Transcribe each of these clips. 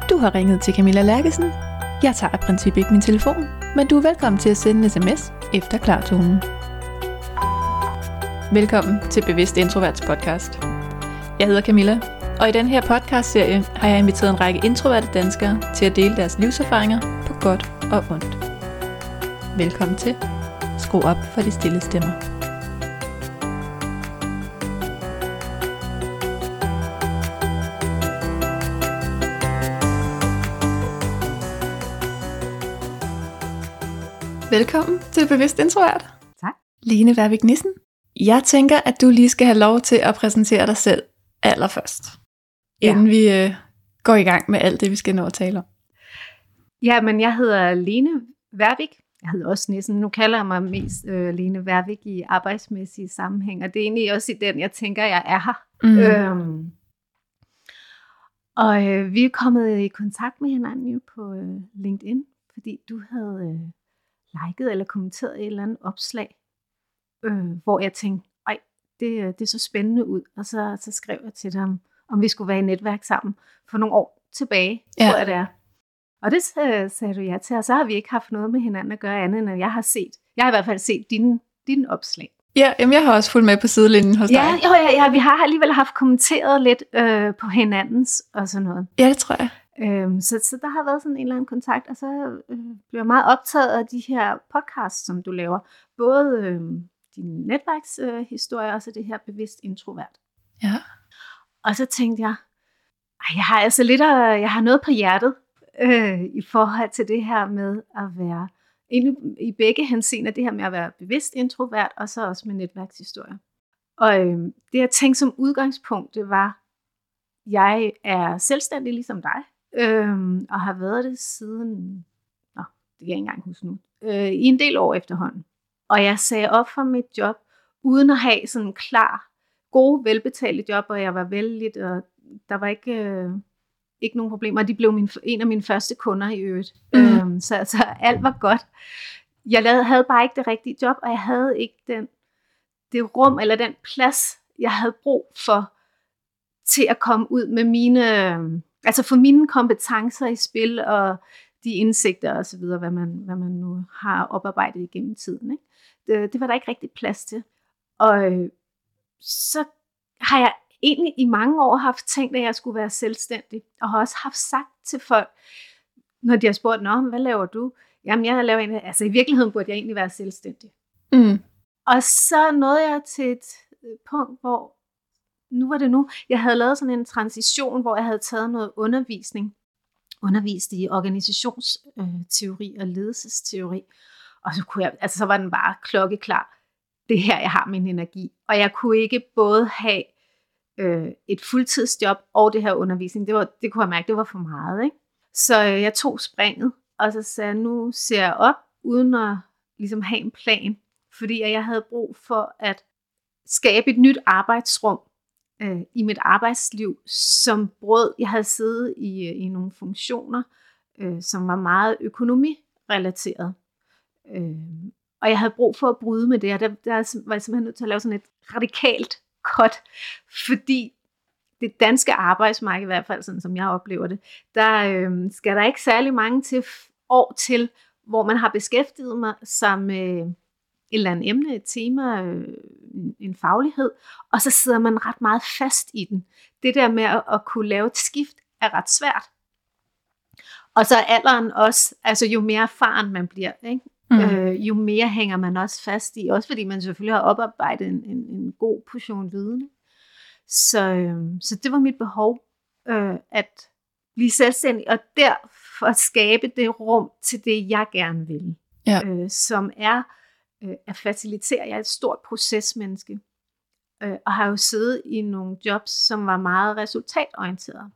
Du har ringet til Camilla Lærkesen. Jeg tager i princippet ikke min telefon, men du er velkommen til at sende en sms efter klartonen. Velkommen til Bevidst Introverts podcast. Jeg hedder Camilla, og i den her podcastserie har jeg inviteret en række introverte danskere til at dele deres livserfaringer på godt og ondt. Velkommen til. Skru op for de stille stemmer. Velkommen til Bevidst Introvert. Tak. Line Værvik Nissen. Jeg tænker, at du lige skal have lov til at præsentere dig selv allerførst, inden vi går i gang med alt det, vi skal nå at tale om. Ja, men jeg hedder Line Værvik. Jeg hedder også Nissen. Nu kalder jeg mig mest Line Værvik i arbejdsmæssige sammenhæng, og det er egentlig også i den, jeg tænker, jeg er her. Vi er kommet i kontakt med hinanden jo på LinkedIn, fordi du havde liket eller kommenteret et eller andet opslag, hvor jeg tænkte, det så spændende ud, og så skrev jeg til dig, om vi skulle være i netværk sammen for nogle år tilbage, tror jeg det er. Og det sagde du ja til, og så har vi ikke haft noget med hinanden at gøre andet, end jeg har i hvert fald set dine opslag. Ja, jamen jeg har også fulgt med på sidelinjen hos dig. Ja, vi har alligevel haft kommenteret lidt på hinandens og sådan noget. Ja, det tror jeg. Så der har været sådan en eller anden kontakt, og så blev jeg meget optaget af de her podcasts, som du laver. Både dine netværkshistorier, og så det her Bevidst Introvert. Ja. Og så tænkte jeg, jeg har noget på hjertet i forhold til det her med at være, i begge henseender, det her med at være bevidst introvert, og så også med netværkshistorier. Og det jeg tænkte som udgangspunkt, det var, jeg er selvstændig ligesom dig, og har været det siden, det kan jeg ikke engang huske nu, i en del år efterhånden. Og jeg sagde op for mit job, uden at have sådan en klar, gode, velbetalte job, og jeg var vældig, og der var ikke nogen problemer. De blev en af mine første kunder i øvrigt. Så alt var godt. Jeg havde bare ikke det rigtige job, og jeg havde ikke det rum, eller den plads, jeg havde brug for, til at komme ud med få mine kompetencer i spil, og de indsigter og så videre, hvad man nu har oparbejdet igennem tiden. Ikke? Det var der ikke rigtig plads til. Og så har jeg egentlig i mange år haft tænkt, at jeg skulle være selvstændig, og har også haft sagt til folk, når de har spurgt, hvad laver du? Jamen, jeg laver i virkeligheden burde jeg egentlig være selvstændig. Og så nåede jeg til et punkt, hvor jeg havde lavet sådan en transition, hvor jeg havde taget noget undervist i organisationsteori og ledelsesteori, og så var den bare klokkeklar. Det her, jeg har min energi, og jeg kunne ikke både have et fuldtidsjob og det her undervisning. Det kunne jeg mærke, det var for meget, ikke? Så jeg tog springet, og så sagde jeg, nu ser jeg op, uden at ligesom have en plan, fordi jeg havde brug for at skabe et nyt arbejdsrum i mit arbejdsliv, som brød. Jeg havde siddet i nogle funktioner, som var meget økonomirelateret. Og jeg havde brug for at bryde med det, og der var jeg simpelthen nødt til at lave sådan et radikalt cut, fordi det danske arbejdsmarked, i hvert fald sådan som jeg oplever det, der skal der ikke særlig mange år til, hvor man har beskæftiget sig med et eller andet emne, et tema, en faglighed, og så sidder man ret meget fast i den. Det der med at kunne lave et skift er ret svært. Og så er alderen også, jo mere erfaren man bliver, ikke? Jo mere hænger man også fast i, også fordi man selvfølgelig har oparbejdet en god portion viden. Så det var mit behov, at blive selvstændig, og derfor at skabe det rum til det, jeg gerne vil. Ja. Som er at facilitere. Jeg er et stort procesmenneske, og har jo siddet i nogle jobs, som var meget resultatorienterede.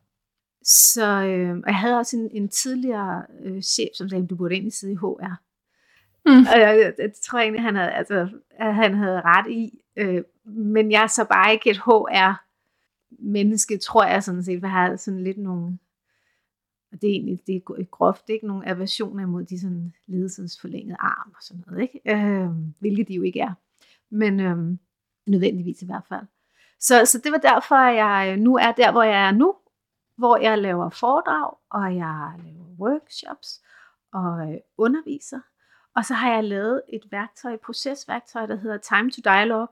Og jeg havde også en tidligere chef, som sagde, du burde egentlig sidde i HR. Og jeg tror egentlig, han havde ret i. Men jeg er så bare ikke et HR-menneske, tror jeg sådan set. Jeg har sådan lidt nogle, og det er egentlig det er groft, det er ikke nogen aversioner imod de sådan ledelsens forlængede arm og sådan noget, ikke? Hvilket de jo ikke er. Men nødvendigvis i hvert fald. Så det var derfor, at jeg nu er der, hvor jeg er nu, hvor jeg laver foredrag, og jeg laver workshops og underviser. Og så har jeg lavet et procesværktøj, der hedder Time to Dialogue.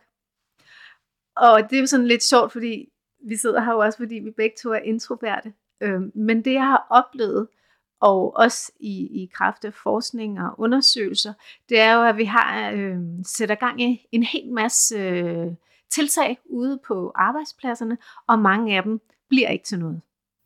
Og det er jo sådan lidt sjovt, fordi vi sidder her jo også, fordi vi begge to er introverte. Men det jeg har oplevet, og også i kraft af forskning og undersøgelser, det er jo, at vi har sætter gang i en hel masse tiltag ude på arbejdspladserne, og mange af dem bliver ikke til noget.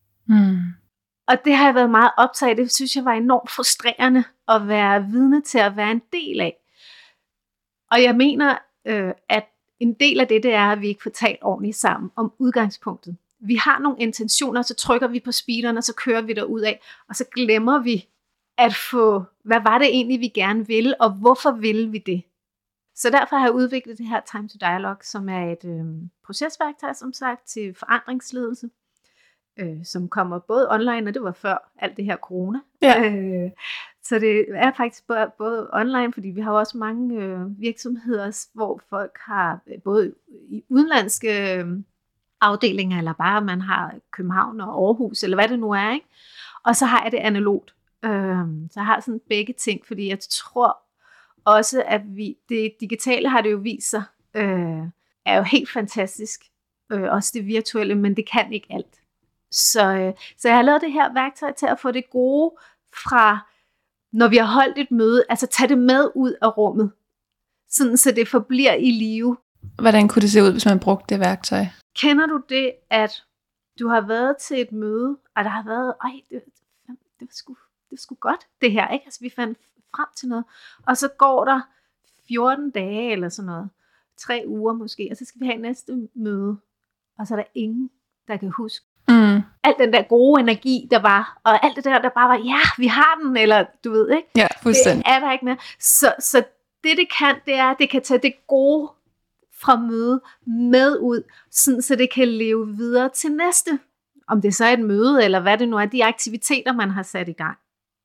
Og det har jeg været meget optaget af. Det synes jeg var enormt frustrerende at være vidne til at være en del af. Og jeg mener, at en del af det er, at vi ikke får talt ordentligt sammen om udgangspunktet. Vi har nogle intentioner, så trykker vi på speederen, og så kører vi derudad, og så glemmer vi at få, hvad var det egentlig, vi gerne ville, og hvorfor ville vi det? Så derfor har jeg udviklet det her Time to Dialogue, som er et procesværktøj, som sagt, til forandringsledelse, som kommer både online, og det var før alt det her corona. Ja. Så det er faktisk både online, fordi vi har også mange virksomheder, hvor folk har både i udenlandske afdelinger, eller bare man har København og Aarhus, eller hvad det nu er, ikke? Og så har jeg det analogt. Så jeg har sådan begge ting, fordi jeg tror også, at det digitale har det jo vist sig, er jo helt fantastisk. Også det virtuelle, men det kan ikke alt. Så jeg har lavet det her værktøj til at få det gode fra, når vi har holdt et møde, altså tage det med ud af rummet, sådan så det forbliver i live. Hvordan kunne det se ud, hvis man brugte det værktøj? Kender du det, at du har været til et møde, og der har været, det var sgu godt det her, ikke? Altså vi fandt frem til noget, og så går der 14 dage eller sådan noget, 3 uger måske, og så skal vi have næste møde, og så er der ingen, der kan huske. Alt den der gode energi, der var, og alt det der bare var, ja, vi har den, eller du ved, ikke? Ja, fuldstændig. Det er der ikke mere. Så det kan, det er, at det kan tage det gode fra møde med ud, sådan så det kan leve videre til næste. Om det så er et møde, eller hvad det nu er, de aktiviteter, man har sat i gang.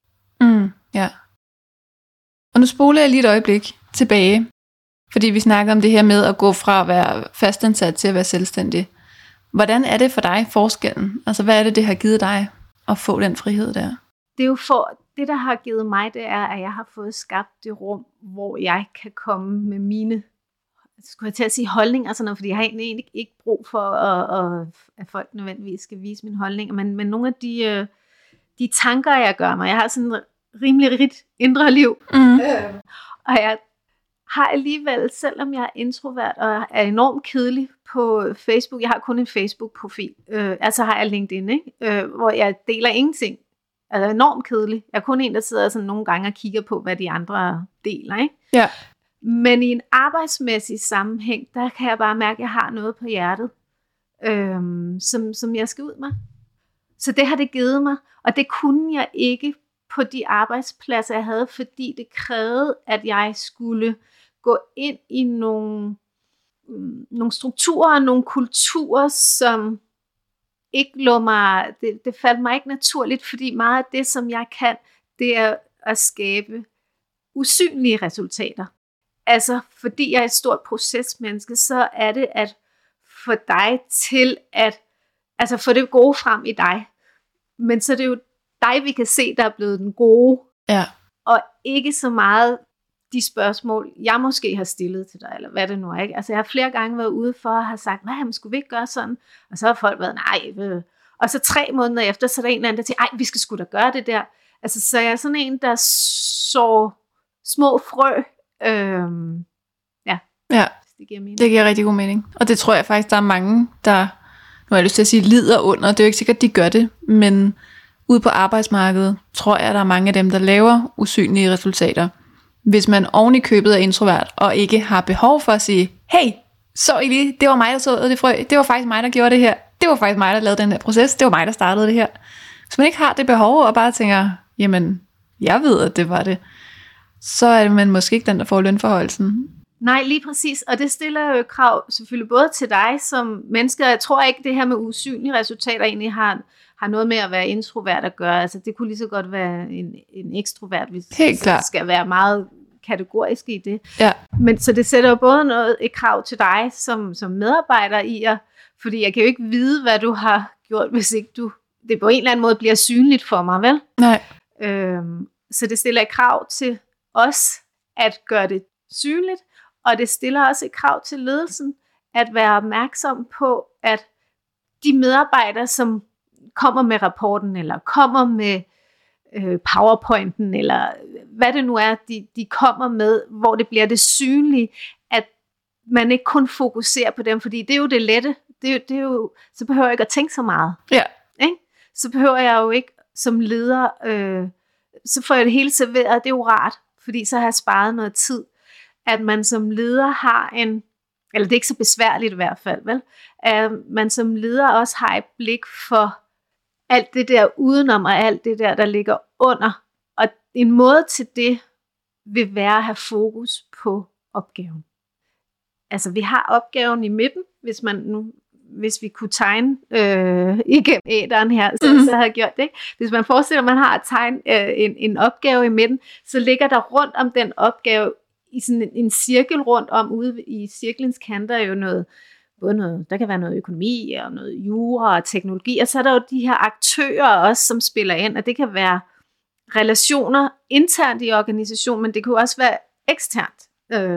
Ja. Og nu spoler jeg lige et øjeblik tilbage, fordi vi snakker om det her med at gå fra at være fastansat til at være selvstændig. Hvordan er det for dig, forskellen? Altså, hvad er det har givet dig at få den frihed der? Det er jo det, der har givet mig, det er, at jeg har fået skabt det rum, hvor jeg kan komme med mine, skulle jeg til at sige holdninger, sådan noget, fordi jeg har egentlig ikke brug for, at folk nødvendigvis skal vise mine holdninger, men nogle af de tanker, jeg gør mig, jeg har sådan et rimelig rigt indre liv, og jeg har alligevel, selvom jeg er introvert og er enormt kedelig på Facebook, jeg har kun en Facebook-profil, altså har jeg LinkedIn, ikke? Hvor jeg deler ingenting, altså enormt kedelig. Jeg er kun en, der sidder sådan nogle gange og kigger på, hvad de andre deler, ikke? Ja. Men i en arbejdsmæssig sammenhæng, der kan jeg bare mærke, at jeg har noget på hjertet, som jeg skal ud med. Så det har det givet mig, og det kunne jeg ikke på de arbejdspladser, jeg havde, fordi det krævede, at jeg skulle gå ind i nogle strukturer og nogle kulturer, som ikke lå mig, det faldt mig ikke naturligt, fordi meget af det, som jeg kan, det er at skabe usynlige resultater. Altså, fordi jeg er et stort procesmenneske, så er det at få dig til at, altså få det gode frem i dig. Men så er det jo dig, vi kan se, der er blevet den gode. Ja. Og ikke så meget de spørgsmål, jeg måske har stillet til dig, eller hvad det nu er, ikke? Altså, jeg har flere gange været ude for at have sagt, hvad, skulle vi ikke gøre sådan? Og så har folk været, nej. Og så 3 måneder efter, så er der en eller anden, der siger, ej, vi skal sgu da gøre det der. Altså, så jeg er sådan en, der så små frø. Ja. Det giver mening. Det giver rigtig god mening. Og det tror jeg faktisk, der er mange, der, nu har jeg lyst til at sige, lider under. Det er jo ikke sikkert, at de gør det, men ude på arbejdsmarkedet, tror jeg, der er mange af dem, der laver usynlige resultater. Hvis man oven i købet er introvert, og ikke har behov for at sige, hey, så I lige, det var mig, der såede det frø, det var faktisk mig, der gjorde det her, det var faktisk mig, der lavede den her proces, det var mig, der startede det her. Hvis man ikke har det behov, og bare tænker, jamen, jeg ved, at det var det, så er man måske ikke den, der får lønforholdelsen. Nej, lige præcis, og det stiller jo krav selvfølgelig både til dig som menneske, og jeg tror ikke, det her med usynlige resultater egentlig har noget med at være introvert at gøre. Altså, det kunne lige så godt være en ekstrovert, hvis det skal være meget kategorisk i det. Ja. Men så det sætter jo både et krav til dig som medarbejder i, fordi jeg kan jo ikke vide, hvad du har gjort, hvis ikke du det på en eller anden måde bliver synligt for mig, vel? Nej. Så det stiller et krav til os at gøre det synligt, og det stiller også et krav til ledelsen at være opmærksom på, at de medarbejdere, som kommer med rapporten, eller kommer med PowerPointen, eller hvad det nu er, de kommer med, hvor det bliver det synlige, at man ikke kun fokuserer på dem, fordi det er jo det lette. Det er jo, så behøver jeg ikke at tænke så meget. Ja. Ikke? Så behøver jeg jo ikke som leder, så får jeg det hele serveret, det er jo rart, fordi så har jeg sparet noget tid. At man som leder har eller det er ikke så besværligt i hvert fald, vel? At man som leder også har et blik for alt det der udenom, og alt det der ligger under. Og en måde til det vil være at have fokus på opgaven. Altså vi har opgaven i midten, hvis vi kunne tegne igennem æderen her, så havde jeg gjort det. Ikke? Hvis man forestiller, at man har at tegne en opgave i midten, så ligger der rundt om den opgave i sådan en cirkel rundt om, ude i cirklens kanter er jo der kan være noget økonomi og noget jura og teknologi, og så er der jo de her aktører også, som spiller ind, og det kan være relationer internt i organisationen, men det kan også være eksternt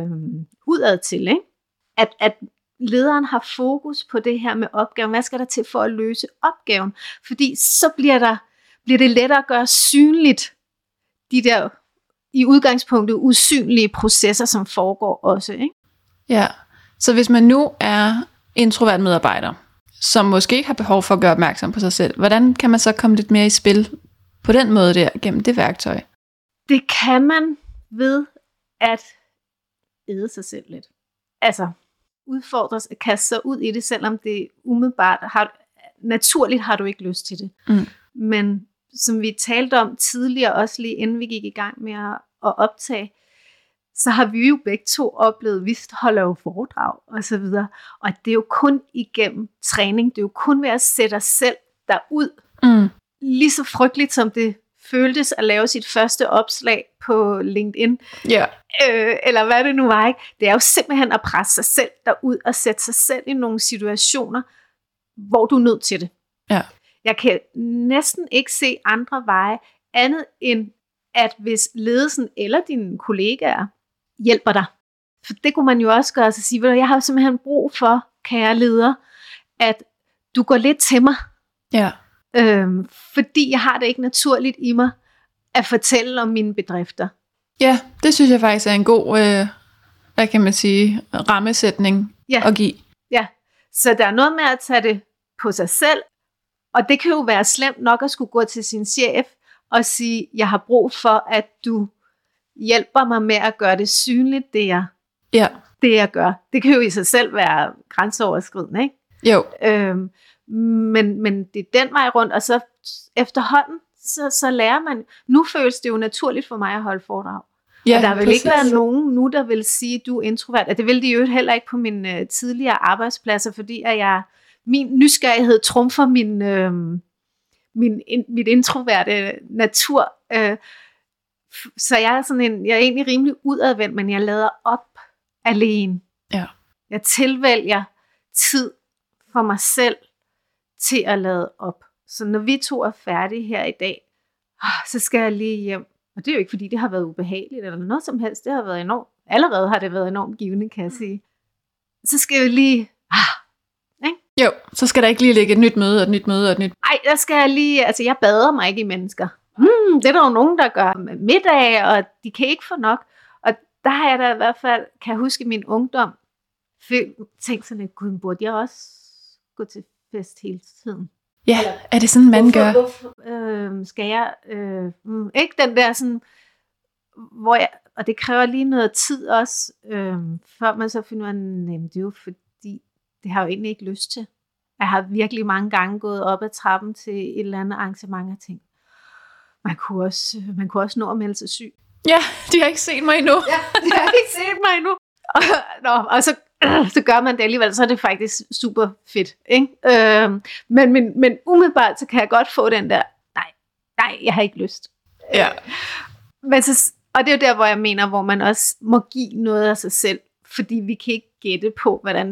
udad til, ikke? At lederen har fokus på det her med opgaven. Hvad skal der til for at løse opgaven? Fordi så bliver det lettere at gøre synligt de der i udgangspunktet usynlige processer, som foregår også. Ikke? Ja, så hvis man nu er introvert medarbejder, som måske ikke har behov for at gøre opmærksom på sig selv, hvordan kan man så komme lidt mere i spil på den måde der, gennem det værktøj? Det kan man ved at æde sig selv lidt. Altså udfordres at kaste sig ud i det, selvom det umiddelbart naturligt har du ikke lyst til det. Men som vi talte om tidligere, også lige inden vi gik i gang med at optage, så har vi jo begge to oplevet, vi holder jo foredrag og så videre, og det er jo kun igennem træning, det er jo kun ved at sætte os selv derud, lige så frygteligt som det føltes at lave sit første opslag på LinkedIn, eller hvad det nu var, ikke? Det er jo simpelthen at presse sig selv derud og sætte sig selv i nogle situationer, hvor du er nødt til det. Ja. Jeg kan næsten ikke se andre veje, andet end at hvis ledelsen eller dine kollegaer hjælper dig. For det kunne man jo også gøre, så sige, jeg har jo simpelthen brug for, kære leder, at du går lidt til mig. Ja. Fordi jeg har det ikke naturligt i mig at fortælle om mine bedrifter. Ja, det synes jeg faktisk er en god, hvad kan man sige, rammesætning at give. Ja, så der er noget med at tage det på sig selv, og det kan jo være slemt nok at skulle gå til sin chef og sige, jeg har brug for, at du hjælper mig med at gøre det synligt, det jeg gør. Det kan jo i sig selv være grænseoverskridende, ikke? Jo. Men det er den vej rundt, og så efterhånden, så lærer man, nu føles det jo naturligt for mig at holde foredrag. Ja, og der vil ikke være nogen nu, der vil sige, at du er introvert. Og det vil de jo heller ikke på mine tidligere arbejdspladser, fordi at min nysgerrighed trumfer mit introverte natur. Så jeg er egentlig rimelig udadvendt, men jeg lader op alene. Ja. Jeg tilvælger tid for mig selv til at lade op. Så når vi to er færdige her i dag, så skal jeg lige hjem. Og det er jo ikke fordi det har været ubehageligt eller noget som helst. Det har været enormt. Allerede har det været enormt givende, kan jeg sige. Så skal jeg jo lige ikke? Jo, så skal der ikke lige ligge et nyt møde og et nyt møde og et nyt. Nej, der skal jeg lige, altså jeg bader mig ikke i mennesker. Det er der jo nogen, der gør med middag, og de kan ikke få nok. Og der har jeg da i hvert fald, kan jeg huske min ungdom, tænkt sådan lidt, gud, burde jeg også gå til fest hele tiden? Ja, er det sådan, man gør? Hvorfor skal jeg, ikke den der sådan, hvor jeg, og det kræver lige noget tid også, før man så finder, det er jo fordi, det har jeg jo egentlig ikke lyst til. Jeg har virkelig mange gange gået op ad trappen til et eller andet arrangement og tænkt, man kunne også nå at melde sig syg. Ja, de har ikke set mig endnu. Ja, de har ikke set mig endnu. Og så gør man det alligevel, så er det faktisk super fedt. Ikke? Men umiddelbart, så kan jeg godt få den der, nej, jeg har ikke lyst. Ja. Men så, og det er jo der, hvor jeg mener, hvor man også må give noget af sig selv, fordi vi kan ikke gætte på, hvordan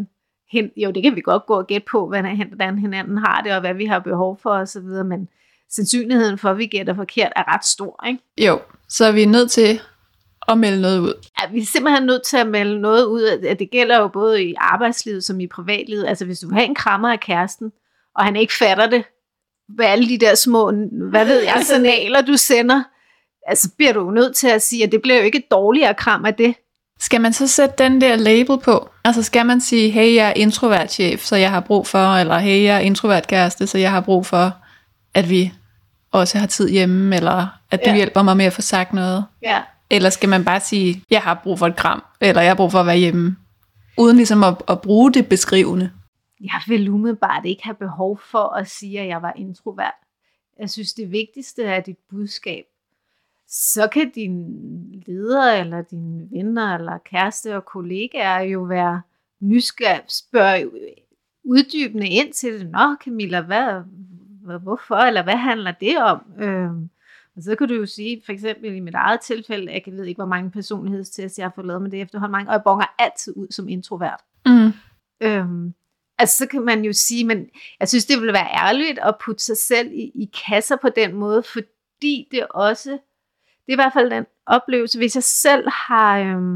jo, det kan vi godt gå og gætte på, hvordan hinanden har det, og hvad vi har behov for osv., men sandsynligheden for, at vi gætter forkert, er ret stor, ikke? Jo, så er vi nødt til at melde noget ud. Ja, vi er simpelthen nødt til at melde noget ud, at det gælder jo både i arbejdslivet som i privatlivet. Altså hvis du vil have en krammer af kæresten, og han ikke fatter det, hvad alle de der små, hvad ved jeg, signaler du sender, altså bliver du nødt til at sige, at det bliver jo ikke et dårligere kram af det. Skal man så sætte den der label på? Altså skal man sige, hey, jeg er introvert chef, så jeg har brug for, eller hey, jeg er introvert kæreste, så jeg har brug for, at vi også har tid hjemme, eller at du hjælper mig med at få sagt noget? Ja. Eller skal man bare sige, jeg har brug for et kram, eller jeg har brug for at være hjemme, uden ligesom at bruge det beskrivende? Jeg vil umiddelbart ikke have behov for at sige, at jeg var introvert. Jeg synes, det vigtigste er dit budskab. Så kan dine ledere, eller dine venner, eller kæreste og kollegaer jo være nysgerrige, spørge uddybende ind til det. Nå, Camilla, hvorfor, eller hvad handler det om? Og så kan du jo sige, for eksempel i mit eget tilfælde, jeg ved ikke, hvor mange personlighedstests jeg har fået lavet med det efterhånden mange, og jeg bonger altid ud som introvert. Altså så kan man jo sige, men jeg synes, det ville være ærligt at putte sig selv i kasser på den måde, fordi det også, det er i hvert fald den oplevelse, hvis jeg selv har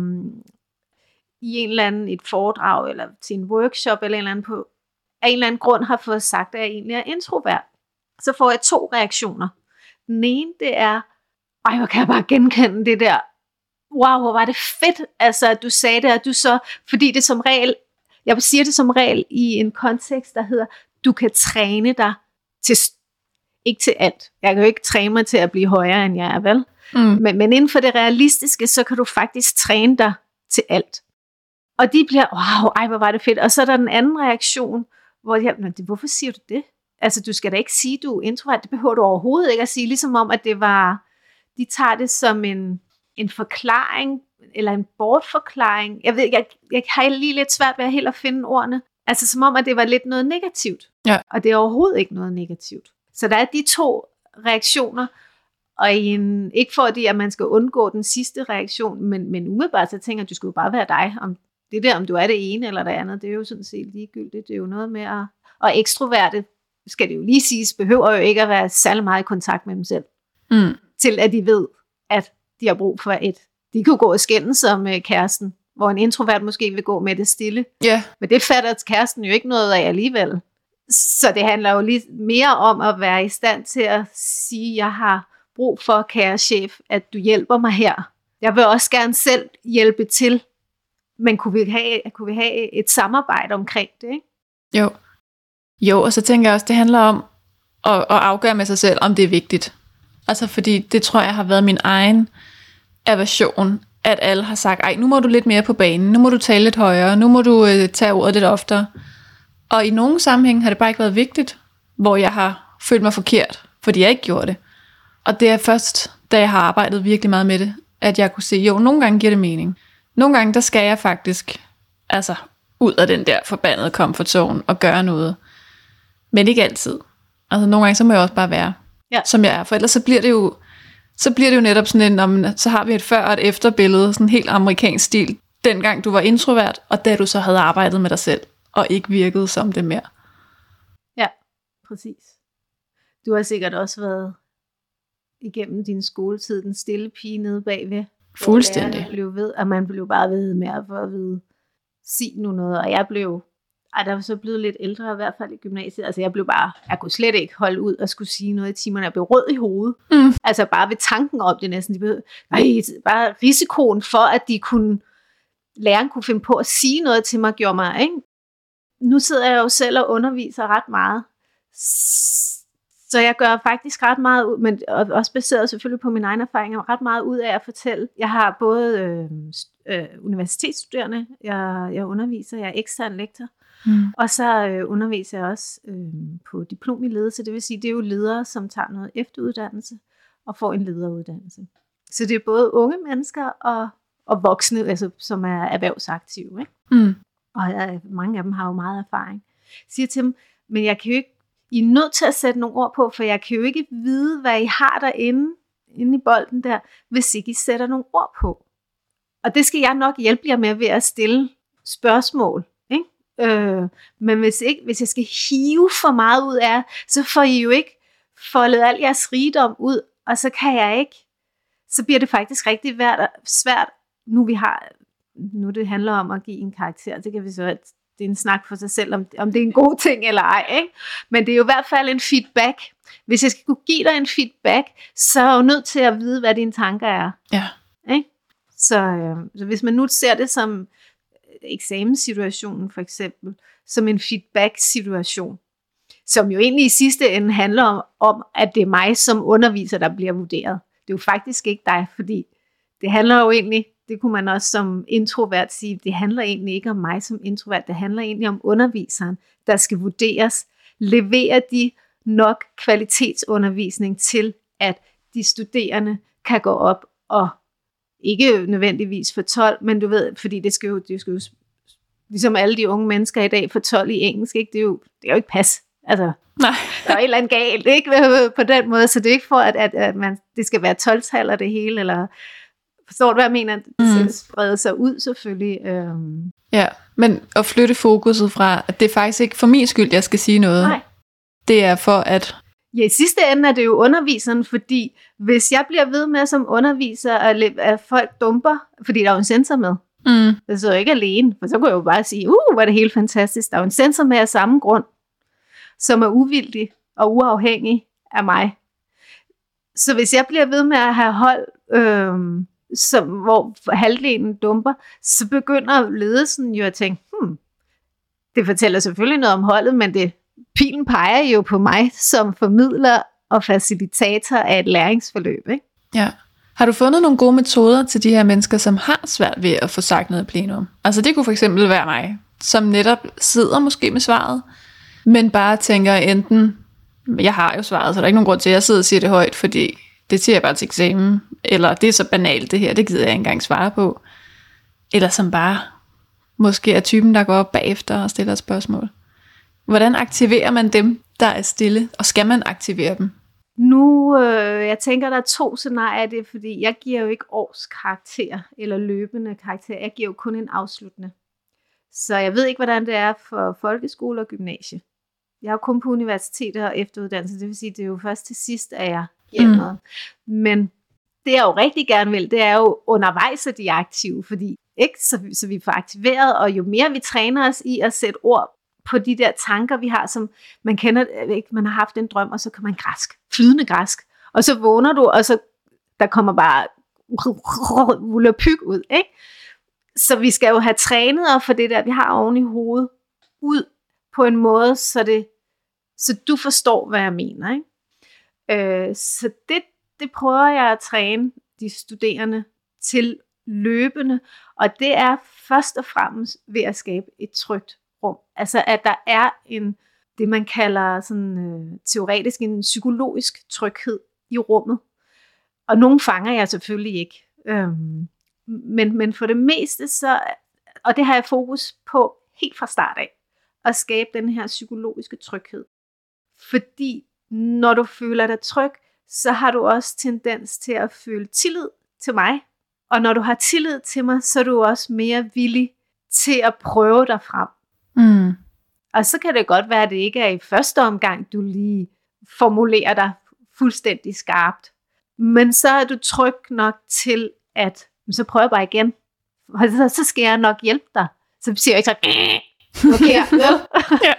i en eller anden et foredrag, eller til en workshop, eller en eller anden på, af en eller anden grund har fået sagt, at jeg egentlig er introvert, så får jeg 2 reaktioner. Den ene, det er, hvor kan jeg bare genkende det der, wow, hvor var det fedt, altså at du sagde det, at du så, fordi det som regel, jeg siger det som regel i en kontekst, der hedder, du kan træne dig til, ikke til alt. Jeg kan jo ikke træne mig til at blive højere, end jeg er, vel? Men inden for det realistiske, så kan du faktisk træne dig til alt. Og de bliver, wow, hvor var det fedt. Og så er der den anden reaktion, hvor hvorfor siger du det? Altså, du skal da ikke sige, du er introvert. Det behøver du overhovedet ikke at sige. Ligesom om, at det var, de tager det som en forklaring, eller en bortforklaring. Jeg har lige lidt svært ved helt at finde ordene. Altså, som om, at det var lidt noget negativt. Ja. Og det er overhovedet ikke noget negativt. Så der er de 2 reaktioner, og ikke fordi, at man skal undgå den sidste reaktion, men umiddelbart så tænker jeg, at du skal jo bare være dig. Om du er det ene eller det andet, det er jo sådan set ligegyldigt. Det er jo noget med at... Og ekstroverte, skal det jo lige siges, behøver jo ikke at være særlig meget i kontakt med dem selv. Til at de ved, at de har brug for de kunne gå og skændes som kæresten, hvor en introvert måske vil gå med det stille. Yeah. Men det fatter kæresten jo ikke noget af alligevel. Så det handler jo lige mere om at være i stand til at sige, jeg har brug for, kære chef, at du hjælper mig her. Jeg vil også gerne selv hjælpe til, men kunne vi have et samarbejde omkring det, ikke? Jo, og så tænker jeg også, det handler om at afgøre med sig selv, om det er vigtigt. Altså fordi det tror jeg har været min egen aversion, at alle har sagt, ej, nu må du lidt mere på banen, nu må du tale lidt højere, nu må du tage ordet lidt oftere. Og i nogle sammenhæng har det bare ikke været vigtigt, hvor jeg har følt mig forkert, fordi jeg ikke gjorde det. Og det er først, da jeg har arbejdet virkelig meget med det, at jeg kunne se, jo, nogle gange giver det mening. Nogle gange, der skal jeg faktisk ud af den der forbandede comfort zone og gøre noget. Men ikke altid. Altså nogle gange, så må jeg også bare være, som jeg er. For ellers så bliver det jo netop sådan en, så har vi et før- og et efterbillede, sådan helt amerikansk stil. Dengang du var introvert, og da du så havde arbejdet med dig selv, og ikke virkede som det mere. Ja, præcis. Du har sikkert også været igennem din skoletid, den stille pige nede bagved. Fuldstændig. Blev ved, og man blev bare ved med at få at vide, sig nu noget. Og jeg blev, der var så blevet lidt ældre, i hvert fald i gymnasiet. Altså jeg kunne slet ikke holde ud og skulle sige noget i timerne. Jeg blev rød i hovedet. Altså bare ved tanken om det næsten. Bare risikoen for, at læreren kunne finde på at sige noget til mig, gjorde mig, ikke? Nu sidder jeg jo selv og underviser ret meget. Så jeg gør faktisk ret meget ud, men også baseret selvfølgelig på mine egne erfaringer, ret meget ud af at fortælle. Jeg har både universitetsstuderende, jeg underviser, jeg er ekstern lektor, og så underviser jeg også på diplom i ledelse, det vil sige, det er jo ledere, som tager noget efteruddannelse og får en lederuddannelse. Så det er både unge mennesker og voksne, altså, som er erhvervsaktive, ikke? Og mange af dem har jo meget erfaring. Jeg siger til dem, men jeg kan jo ikke, I er nødt til at sætte nogle ord på, for jeg kan jo ikke vide, hvad I har derinde, inde i bolden der, hvis ikke I sætter nogle ord på. Og det skal jeg nok hjælpe jer med ved at stille spørgsmål, ikke? Men hvis jeg skal hive for meget ud af, så får I jo ikke foldet al jeres rigdom ud, og så kan jeg ikke. Så bliver det faktisk rigtig svært, nu det handler om at give en karakter. Det kan vi så, det er en snak for sig selv, om det er en god ting eller ej. Ikke? Men det er jo i hvert fald en feedback. Hvis jeg skal kunne give dig en feedback, så er jeg jo nødt til at vide, hvad dine tanker er. Ja. Ikke? Så hvis man nu ser det som eksamenssituationen for eksempel, som en feedback-situation, som jo egentlig i sidste ende handler om, at det er mig som underviser, der bliver vurderet. Det er jo faktisk ikke dig, fordi det handler jo egentlig, det kunne man også som introvert sige, det handler egentlig ikke om mig som introvert, det handler egentlig om underviseren, der skal vurderes. Leverer de nok kvalitetsundervisning til, at de studerende kan gå op og ikke nødvendigvis for 12, men du ved, fordi det skal jo ligesom alle de unge mennesker i dag for 12 i engelsk, ikke? Det er jo ikke pas. Altså, nej. Der er et eller andet galt, ikke? På den måde, så det er ikke for, at det skal være 12-tal og det hele, eller forstår du, hvad jeg mener? Det skal sprede sig ud, selvfølgelig. Ja, men at flytte fokuset fra, at det er faktisk ikke for min skyld, jeg skal sige noget. Nej. Det er for at... Ja, i sidste ende er det jo underviseren, fordi hvis jeg bliver ved med som underviser, at folk dumper, fordi der er jo en sensor med. Så er jeg ikke alene, for så kunne jeg jo bare sige, hvor er det helt fantastisk. Der er jo en sensor med af samme grund, som er uvildig og uafhængig af mig. Så hvis jeg bliver ved med at have hold, hvor halvdelen dumper, så begynder ledelsen jo at tænke, det fortæller selvfølgelig noget om holdet, men pilen peger jo på mig som formidler og facilitator af et læringsforløb. Ikke? Ja. Har du fundet nogle gode metoder til de her mennesker, som har svært ved at få sagt noget i plenum? Altså det kunne for eksempel være mig, som netop sidder måske med svaret, men bare tænker enten, jeg har jo svaret, så der er ikke nogen grund til, at jeg sidder og siger det højt, fordi det siger jeg bare til eksamen, eller det er så banalt det her, det gider jeg ikke engang svare på. Eller som bare måske er typen, der går op bagefter og stiller et spørgsmål. Hvordan aktiverer man dem, der er stille, og skal man aktivere dem? Nu, jeg tænker, der er 2 scenarier af det, fordi jeg giver jo ikke årskarakter eller løbende karakter, jeg giver jo kun en afsluttende. Så jeg ved ikke, hvordan det er for folkeskole og gymnasie. Jeg er jo kun på universiteter og efteruddannelse, det vil sige, det er jo først til sidst, at jeg giver noget. Men det jeg jo rigtig gerne vil, det er jo undervejs, at de er aktive, fordi, ikke? Så vi får aktiveret, og jo mere vi træner os i at sætte ord på de der tanker, vi har, som man kender, ikke? Man har haft en drøm, og så kan man flydende græsk, og så vågner du, og så der kommer bare vullerpyg ud, ikke? Så vi skal jo have trænet og få det der, vi har oven i hovedet, ud på en måde, så du forstår, hvad jeg mener, ikke? Så det prøver jeg at træne de studerende til løbende, og det er først og fremmest ved at skabe et trygt rum. Altså at der er det man kalder sådan teoretisk en psykologisk tryghed i rummet. Og nogle fanger jeg selvfølgelig ikke. Men for det meste så, og det har jeg fokus på helt fra start af, at skabe den her psykologiske tryghed. Fordi når du føler dig tryg, så har du også tendens til at føle tillid til mig. Og når du har tillid til mig, så er du også mere villig til at prøve dig frem. Og så kan det godt være, at det ikke er i første omgang, du lige formulerer dig fuldstændig skarpt. Men så er du tryg nok til, at så prøver jeg bare igen. Og så skal jeg nok hjælpe dig. Så siger jeg ikke så, okay, ja.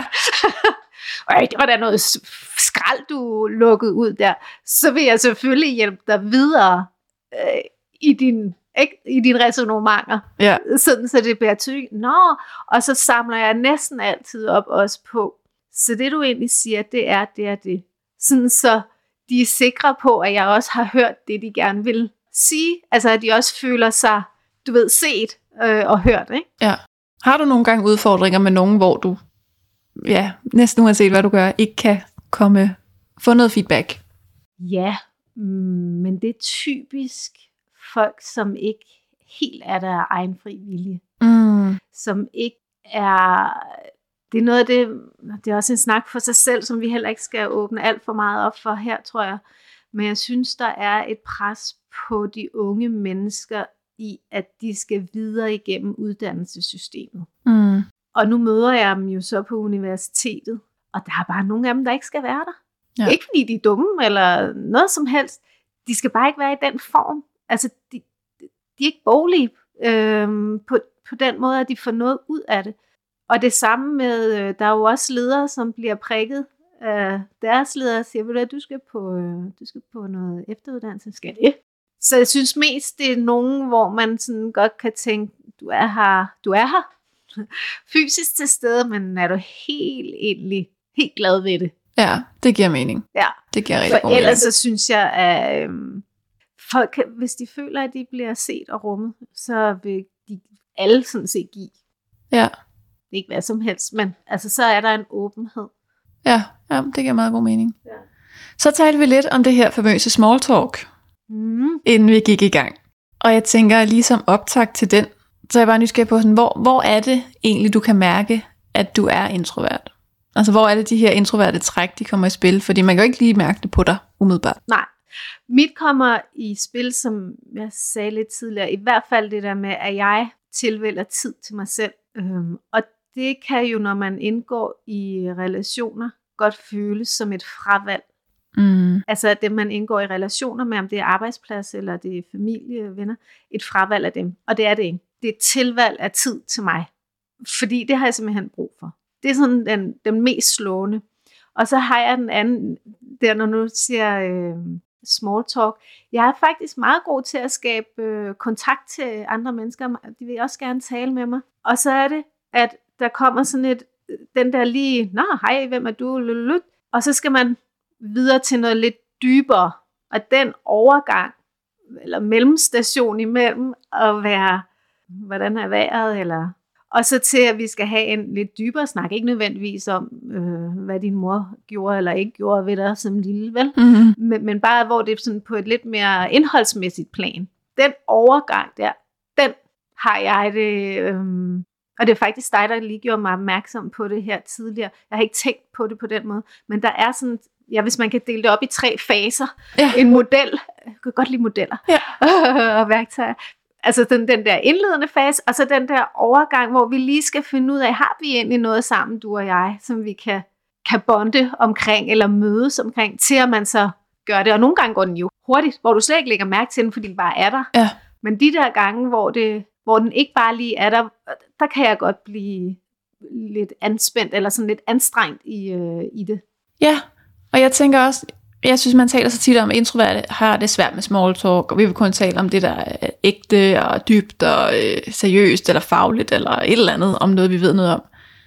Det var da noget skrald, du lukkede ud der. Så vil jeg selvfølgelig hjælpe dig videre i dine ræsonnementer. Ja. Sådan, så det bliver tydeligt. Og så samler jeg næsten altid op også på. Så det du egentlig siger, det er det. Sådan så de er sikre på, at jeg også har hørt det, de gerne vil sige. Altså at de også føler sig, du ved, set og hørt. Ikke? Ja. Har du nogle gange udfordringer med nogen, hvor du, næsten uanset hvad du gør, ikke kan få noget feedback? Ja, men det er typisk folk, som ikke helt er der egen fri vilje. Som ikke er... Det er noget af det er også en snak for sig selv, som vi heller ikke skal åbne alt for meget op for her, tror jeg. Men jeg synes, der er et pres på de unge mennesker i, at de skal videre igennem uddannelsessystemet. Og nu møder jeg dem jo så på universitetet, og der er bare nogle af dem, der ikke skal være der. Ja. Ikke fordi de er dumme eller noget som helst. De skal bare ikke være i den form. Altså, de er ikke boglige på den måde, at de får noget ud af det. Og det samme med, der er jo også ledere, som bliver prikket af deres ledere, og siger, at du skal på noget efteruddannelse. Skal det? Så jeg synes mest, det er nogen, hvor man sådan godt kan tænke, du er her fysisk til stede, men er du helt glad ved det? Ja, det giver mening. Ja. Det giver rigtig god mening. Ellers så synes jeg, at folk, hvis de føler, at de bliver set og rummet, så vil de alle sådan set give. Ja. Ikke hvad som helst, men altså, så er der en åbenhed. Ja, det giver meget god mening. Ja. Så talte vi lidt om det her famøse small talk, inden vi gik i gang. Og jeg tænker, ligesom optakt til den, så er jeg bare nysgerrig på, sådan, hvor er det egentlig, du kan mærke, at du er introvert? Altså, hvor er det de her introverte træk, de kommer i spil? Fordi man kan jo ikke lige mærke det på dig, umiddelbart. Nej. Mit kommer i spil, som jeg sagde lidt tidligere, i hvert fald det der med, at jeg tilvælger tid til mig selv. Og det kan jo, når man indgår i relationer, godt føles som et fravalg. Altså det, man indgår i relationer med, om det er arbejdsplads, eller det er familie, venner, et fravalg af dem. Og det er det ikke. Det er et tilvalg af tid til mig. Fordi det har jeg simpelthen brug for. Det er sådan den mest slående. Og så har jeg den anden, der når nu siger small talk. Jeg er faktisk meget god til at skabe kontakt til andre mennesker. De vil også gerne tale med mig. Og så er det, at der kommer sådan den der lige, nå hej, hvem er du? Og så skal man videre til noget lidt dybere. Og den overgang, eller mellemstation imellem, at være, hvordan er vejret, eller... Og så til, at vi skal have en lidt dybere snak. Ikke nødvendigvis om, hvad din mor gjorde eller ikke gjorde ved dig som lille, vel? Mm-hmm. Men bare, hvor det er sådan på et lidt mere indholdsmæssigt plan. Den overgang der, den har jeg det... og det er faktisk dig, der lige gjorde mig opmærksom på det her tidligere. Jeg har ikke tænkt på det på den måde. Men der er sådan... Ja, hvis man kan dele det op i 3 faser. Ja. En model. Jeg kan godt lide modeller. Ja. Og værktøjer. Altså den der indledende fase, og så den der overgang, hvor vi lige skal finde ud af, har vi egentlig noget sammen, du og jeg, som vi kan bonde omkring, eller mødes omkring, til at man så gør det. Og nogle gange går den jo hurtigt, hvor du slet ikke lægger mærke til den, fordi den bare er der. Ja. Men de der gange, hvor den ikke bare lige er der, der kan jeg godt blive lidt anspændt, eller sådan lidt anstrengt i det. Ja, og jeg tænker også... Jeg synes, man taler så tit om, at introverte har det svært med small talk, og vi vil kun tale om det, der er ægte og dybt og seriøst eller fagligt eller et eller andet, om noget, vi ved noget om.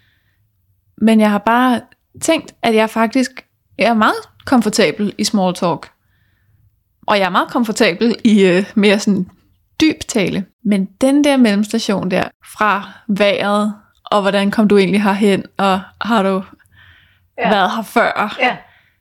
Men jeg har bare tænkt, at jeg er meget komfortabel i small talk. Og jeg er meget komfortabel i mere sådan dyb tale. Men den der mellemstation der, fra vejret, og hvordan kom du egentlig herhen, og har du været her før? Ja.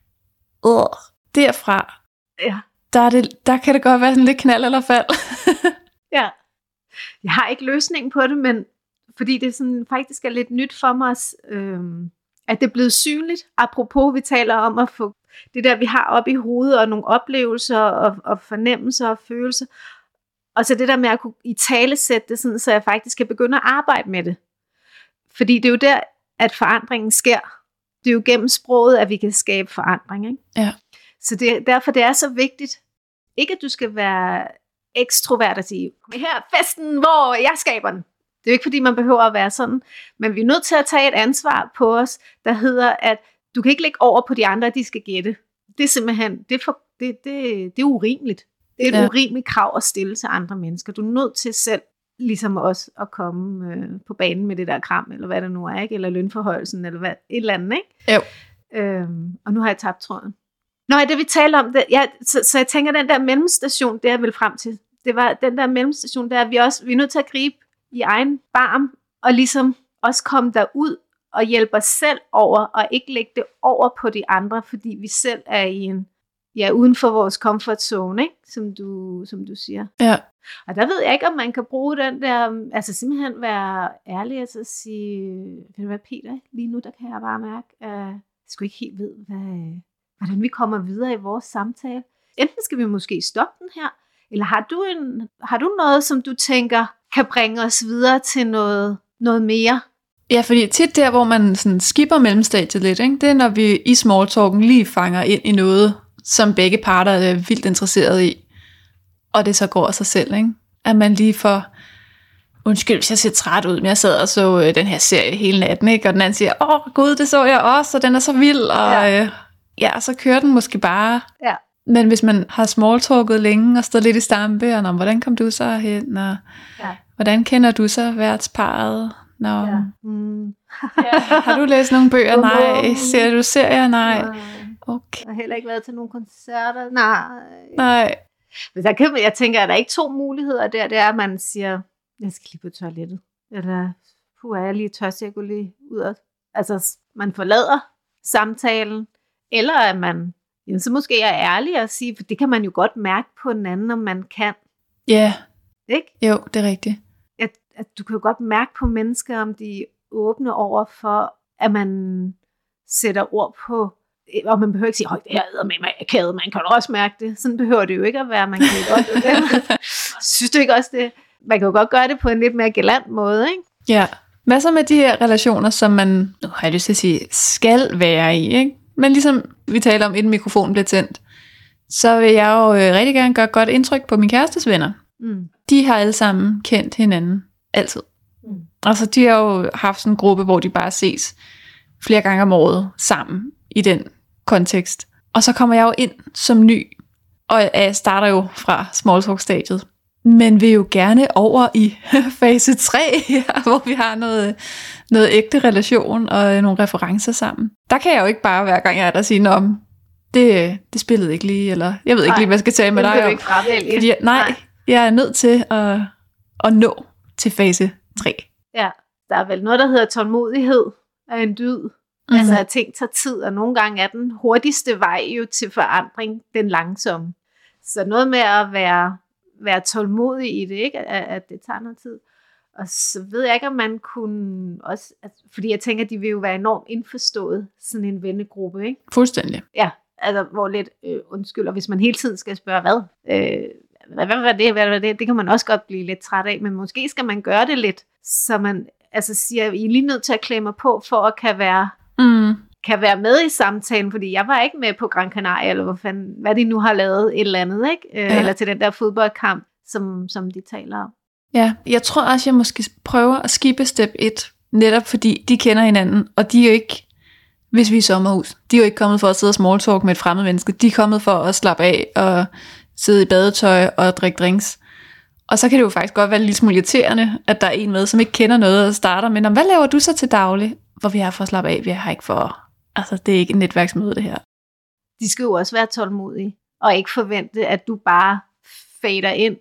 Derfra, der kan det godt være sådan lidt knald eller fald. Ja. Jeg har ikke løsningen på det, men fordi det sådan, faktisk er lidt nyt for mig, at det er blevet synligt. Apropos, vi taler om at få det der, vi har oppe i hovedet, og nogle oplevelser, og fornemmelser og følelser. Og så det der med at kunne italesætte det, sådan, så jeg faktisk kan begynde at arbejde med det. Fordi det er jo der, at forandringen sker. Det er jo gennem sproget, at vi kan skabe forandring. Ikke? Ja. Så derfor det er så vigtigt. Ikke at du skal være ekstrovert og sige, her festen, hvor jeg skaber den. Det er jo ikke fordi, man behøver at være sådan. Men vi er nødt til at tage et ansvar på os, der hedder, at du kan ikke lægge over på de andre, de skal gætte. Det er simpelthen, det er urimeligt. Det er et urimeligt krav at stille til andre mennesker. Du er nødt til selv, ligesom os, at komme på banen med det der kram, eller hvad det nu er, ikke? Eller lønforhøjelsen, eller hvad, et eller andet, ikke? Jo. Og nu har jeg tabt tråden. Nå, det vi taler om, så jeg tænker, den der mellemstation, det jeg vil frem til, det var den der mellemstation, der vi er nødt til at gribe i egen barm, og ligesom også komme derud, og hjælpe os selv over, og ikke lægge det over på de andre, fordi vi selv er uden for vores comfort zone, ikke? Som du siger. Ja. Og der ved jeg ikke, om man kan bruge den der, altså simpelthen være ærlig og så sige, ved du hvad, Peter, lige nu, der kan jeg bare mærke, at jeg sgu ikke helt ved, hvordan vi kommer videre i vores samtale. Enten skal vi måske stoppe den her, eller har du noget, som du tænker, kan bringe os videre til noget mere? Ja, fordi tit der, hvor man sådan skipper mellemstadiet lidt, ikke? Det er, når vi i smalltalken lige fanger ind i noget, som begge parter er vildt interesseret i, og det så går af sig selv, ikke? At man lige får, undskyld, hvis jeg ser træt ud, men jeg sad og så den her serie hele natten, ikke? Og den anden siger, gud, det så jeg også, og den er så vild, og og så kører den måske bare. Ja. Men hvis man har smalltalket længe, og stået lidt i stampe, og hvordan kom du så hen, og hvordan kender du så værtsparret? Har du læst nogle bøger? Nej. Ser du serier? Nej. Okay. Jeg har heller ikke været til nogle koncerter? Nej. Men jeg tænker, at der er ikke 2 muligheder der. Det er, at man siger, jeg skal lige på toilettet. Eller, er jeg lige tørstig, jeg går lige ud og... Altså, man forlader samtalen. Eller at man så måske er ærlig og sige, for det kan man jo godt mærke på den anden, om man kan. Ja. Ikke? Jo, det er rigtigt. At du kan jo godt mærke på mennesker, om de er åbne over for, at man sætter ord på, og man behøver ikke sige, det her æder med mig akavet, man kan jo også mærke det. Sådan behøver det jo ikke at være, man kan jo godt. Synes du ikke også det? Man kan jo godt gøre det på en lidt mere galant måde, ikke? Ja. Hvad så med de her relationer, som man, nu har jeg lyst til at sige, skal være i, ikke? Men ligesom vi taler om, inden mikrofonen bliver tændt, så vil jeg jo rigtig gerne gøre godt indtryk på min kærestes venner. Mm. De har alle sammen kendt hinanden. Altid. Altså, de har jo haft sådan en gruppe, hvor de bare ses flere gange om året sammen i den kontekst. Og så kommer jeg jo ind som ny, og jeg starter jo fra smalltalk-stadiet, men vil jo gerne over i fase 3, hvor vi har noget ægte relation og nogle referencer sammen. Der kan jeg jo ikke bare hver gang jeg er der sige, om det spillede ikke lige, eller jeg ved ikke lige, hvad jeg skal tage med dig om. Fordi, jeg er nødt til at nå til fase 3. Ja, der er vel noget, der hedder tålmodighed af en dyd. Mm-hmm. Altså, at ting tager tid, og nogle gange er den hurtigste vej jo til forandring den langsomme. Så noget med at være tålmodig i det, ikke? At det tager noget tid. Og så ved jeg ikke, om man kunne også, fordi jeg tænker, at de vil jo være enormt indforstået, sådan en vennegruppe, ikke? Fuldstændig. Ja, altså hvor lidt, undskyld, og hvis man hele tiden skal spørge, hvad var det? Det kan man også godt blive lidt træt af, men måske skal man gøre det lidt, så man altså siger, I er lige nødt til at klemme mig på, for at kan være med i samtalen, fordi jeg var ikke med på Gran Canaria, eller hvad de nu har lavet et eller andet, ikke? Eller til den der fodboldkamp, som de taler om. Ja, jeg tror også, jeg måske prøver at skippe step 1, netop fordi de kender hinanden, og de er jo ikke, hvis vi er i sommerhus, de er jo ikke kommet for at sidde og smalltalk med et fremmed menneske, de er kommet for at slappe af og sidde i badetøj og drikke drinks. Og så kan det jo faktisk godt være lidt smule irriterende, at der er en med, som ikke kender noget og starter med, hvad laver du så til daglig? Hvor vi har for at slappe af, vi har ikke for, altså det er ikke et netværksmøde det her. De skal jo også være tålmodige, og ikke forvente, at du bare fader ind.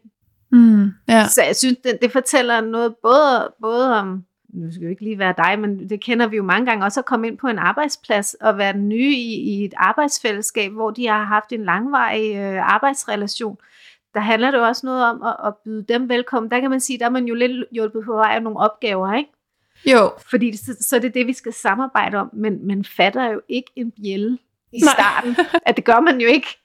Ja. Så jeg synes, det fortæller noget både om, nu skal jo ikke lige være dig, men det kender vi jo mange gange, også at komme ind på en arbejdsplads og være den nye i et arbejdsfællesskab, hvor de har haft en langvarig arbejdsrelation. Der handler det jo også noget om at byde dem velkommen. Der kan man sige, der er man jo lidt hjulpet på vej af nogle opgaver, ikke? Jo. Fordi så er det det, vi skal samarbejde om, men man fatter jo ikke en bjælde i starten. At det gør man jo ikke.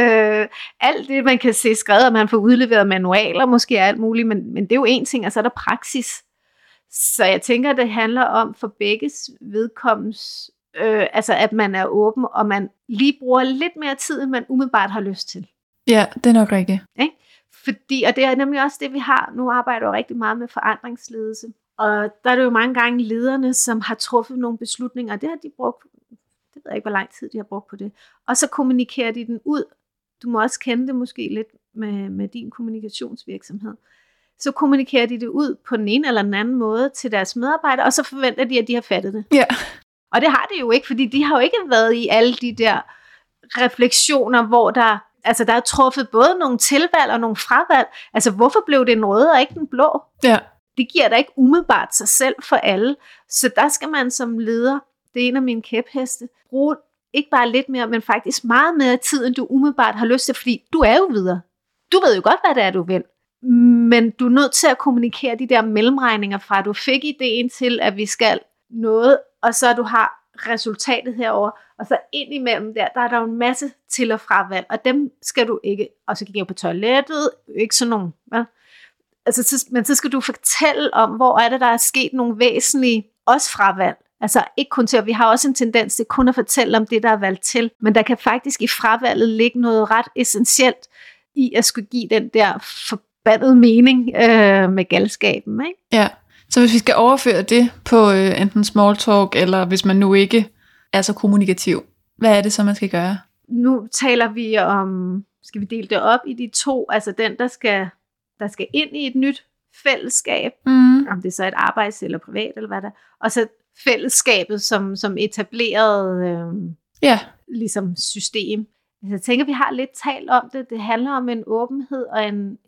Alt det, man kan se skrevet, og man får udleveret manualer, måske alt muligt, men det er jo en ting, og så er der praksis. Så jeg tænker, det handler om for begges vedkommens, altså at man er åben, og man lige bruger lidt mere tid, end man umiddelbart har lyst til. Ja, det er nok rigtigt. Ikke? Fordi, og det er nemlig også det, vi har. Nu arbejder jeg jo rigtig meget med forandringsledelse. Og der er det jo mange gange lederne, som har truffet nogle beslutninger, det har de brugt, det ved jeg ikke, hvor lang tid de har brugt på det. Og så kommunikerer de den ud. Du må også kende det måske lidt med din kommunikationsvirksomhed. Så kommunikerer de det ud på den ene eller den anden måde til deres medarbejdere, og så forventer de, at de har fattet det. Ja. Og det har de jo ikke, fordi de har jo ikke været i alle de der refleksioner, hvor der er truffet både nogle tilvalg og nogle fravalg. Altså, hvorfor blev det en rød og ikke den blå? Ja. Det giver da ikke umiddelbart sig selv for alle. Så der skal man som leder, det er en af mine kæpheste, bruge ikke bare lidt mere, men faktisk meget mere tid, end du umiddelbart har lyst til, fordi du er jo videre. Du ved jo godt, hvad det er, du vil. Men du er nødt til at kommunikere de der mellemregninger fra, du fik ideen til, at vi skal noget, og så du har resultatet herover, og så ind imellem der er der jo en masse til- og fravalg, og dem skal du ikke, og så gik jeg på toilettet, ikke sådan nogen, vel? Altså, men så skal du fortælle om, hvor er det, der er sket nogle væsentlige også fravalg. Altså ikke kun til, vi har også en tendens til kun at fortælle om det, der er valgt til, men der kan faktisk i fravalget ligge noget ret essentielt i at skulle give den der forbandede mening med galskaben, ikke? Ja, så hvis vi skal overføre det på enten small talk, eller hvis man nu ikke er så kommunikativ, hvad er det så, man skal gøre? Nu taler vi om, skal vi dele det op i de to, altså den, der skal ind i et nyt fællesskab, om det så er et arbejds- eller privat, eller hvad der, og så fællesskabet som etableret ligesom system. Jeg tænker, vi har lidt talt om det. Det handler om en åbenhed og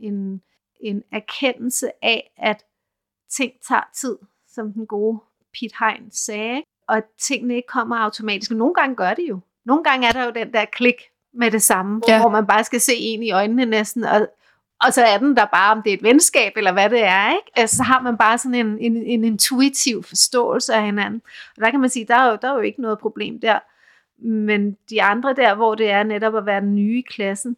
en erkendelse af, at ting tager tid, som den gode Piet Hein sagde, og at tingene ikke kommer automatisk. Nogle gange gør det jo. Nogle gange er der jo den der klik med det samme, hvor man bare skal se en i øjnene næsten, og så er den der bare, om det er et venskab, eller hvad det er, ikke? Altså, så har man bare sådan en intuitiv forståelse af hinanden. Og der kan man sige, der er jo ikke noget problem der. Men de andre der, hvor det er netop at være den nye i klassen,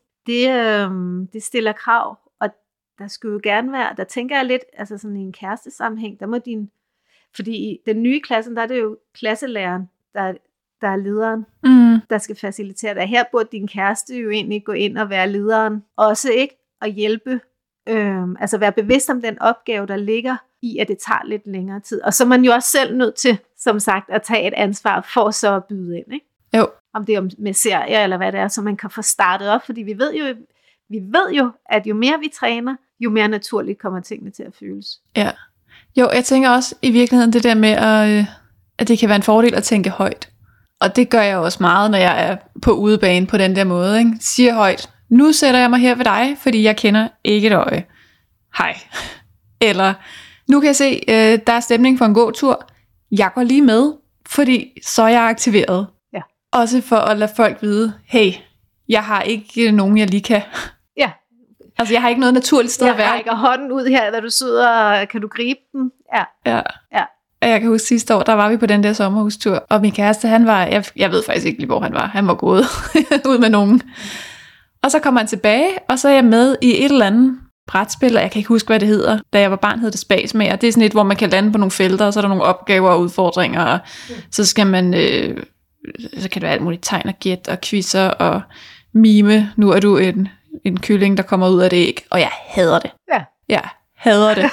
det stiller krav. Og der skulle jo gerne være, der tænker jeg lidt, altså sådan i en kærestesammenhæng, der må fordi i den nye klassen, der er det jo klasselæreren, der er lederen, der skal facilitere det. Her burde din kæreste jo egentlig gå ind og være lederen. Også ikke at hjælpe, altså være bevidst om den opgave, der ligger i, at det tager lidt længere tid. Og så er man jo også selv nødt til, som sagt, at tage et ansvar for så at byde ind, ikke? Jo. Om det er med serier, eller hvad det er, så man kan få startet op, fordi vi ved jo, at jo mere vi træner, jo mere naturligt kommer tingene til at føles. Ja. Jo, jeg tænker også i virkeligheden det der med, at det kan være en fordel at tænke højt. Og det gør jeg også meget, når jeg er på udebane på den der måde, ikke? Siger højt, nu sætter jeg mig her ved dig, fordi jeg kender ikke et øje. Hej. Eller, nu kan jeg se, der er stemning for en gåtur. Jeg går lige med, fordi så er jeg aktiveret. Ja. Også for at lade folk vide, hey, jeg har ikke nogen, jeg lige kan. Ja. Altså, jeg har ikke noget naturligt sted at være. Jeg rækker hånden ud her, da du sidder, og kan du gribe den? Ja. Jeg kan huske sidste år, der var vi på den der sommerhustur, og min kæreste, han var, jeg ved faktisk ikke lige, hvor han var. Han var gået ud med nogen. Og så kommer han tilbage, og så er jeg med i et eller andet brætspil, og jeg kan ikke huske, hvad det hedder. Da jeg var barn, hed det Spasmager. Det er sådan et, hvor man kan lande på nogle felter, og så er der nogle opgaver og udfordringer, og så skal man, så kan det være alt muligt tegn og gæt og quizzer og mime. Nu er du en kylling, der kommer ud af det æg, og jeg hader det. Ja. Jeg hader det.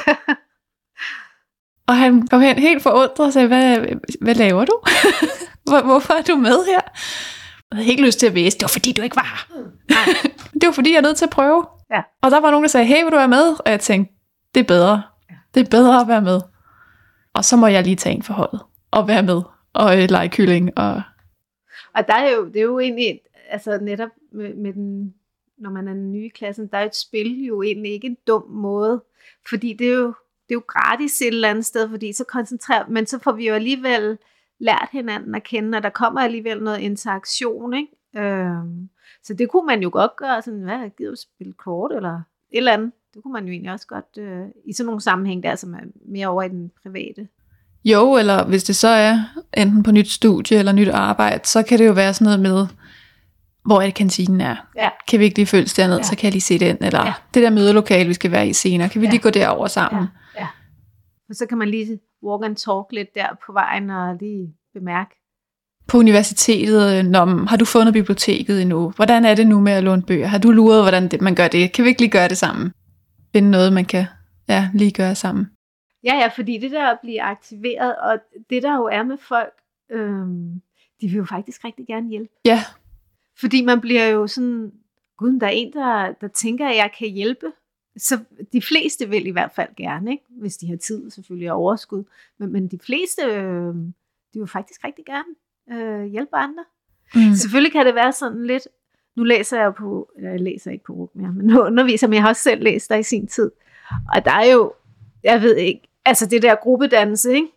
Og han kom hen helt forundret og sagde, hvad laver du? Hvorfor er du med her? Jeg havde ikke lyst til at vise, det var fordi du ikke var her. Det var fordi jeg er nødt til at prøve. Ja. Og der var nogen, der sagde, hey, vil du være med? Og jeg tænkte, det er bedre. Det er bedre at være med. Og så må jeg lige tage en forholdet og være med og lege kylling. Og det er jo egentlig, altså netop med den, når man er den nye i klassen, der er et spil jo egentlig ikke en dum måde, fordi det er jo gratis et eller andet sted, fordi så men så får vi jo alligevel lært hinanden at kende, og der kommer alligevel noget interaktion, ikke? Så det kunne man jo godt gøre, sådan, hvad, gider du spille kort, eller et eller andet. Det kunne man jo egentlig også godt, i sådan nogle sammenhæng der, som er mere over i den private. Jo, eller hvis det så er enten på nyt studie eller nyt arbejde, så kan det jo være sådan noget med, hvor er kantinen er. Ja. Kan vi ikke lige følges derned, så kan jeg lige se den, eller det der mødelokale, vi skal være i senere, kan vi lige gå derover sammen? Ja. Og så kan man lige walk and talk lidt der på vejen, og lige bemærke. På universitetet, har du fundet biblioteket endnu? Hvordan er det nu med at låne bøger? Har du luret, hvordan man gør det? Kan vi ikke lige gøre det sammen? Finde noget, man kan lige gøre sammen. Ja, fordi det der at blive aktiveret, og det der jo er med folk, de vil jo faktisk rigtig gerne hjælpe. Ja. Fordi man bliver jo sådan, gud, der er en, der tænker, at jeg kan hjælpe. Så de fleste vil i hvert fald gerne, ikke? Hvis de har tid selvfølgelig og overskud. Men de fleste, de vil faktisk rigtig gerne hjælpe andre. Selvfølgelig kan det være sådan lidt, nu læser jeg på, jeg læser ikke på RUC mere, men underviser, men jeg har også selv læst der i sin tid. Og der er jo, jeg ved ikke, altså det der gruppedannelse, ikke?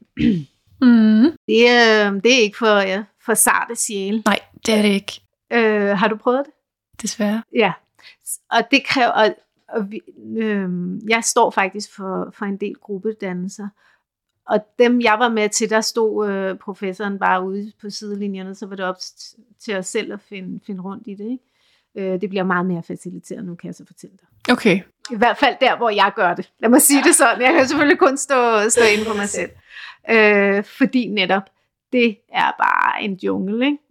Det er ikke for sarte sjæle. Nej, det er det ikke. Har du prøvet det? Desværre. Ja, og det kræver, jeg står faktisk for en del gruppedannelser, og dem jeg var med til, der stod professoren bare ude på sidelinjerne, så var det op til os selv at finde rundt i det, ikke? Det bliver meget mere faciliteret nu, kan jeg så fortælle dig. Okay. I hvert fald der, hvor jeg gør det. Lad mig sige det sådan. Jeg kan selvfølgelig kun stå inde på mig selv. Fordi netop, det er bare en jungle, ikke?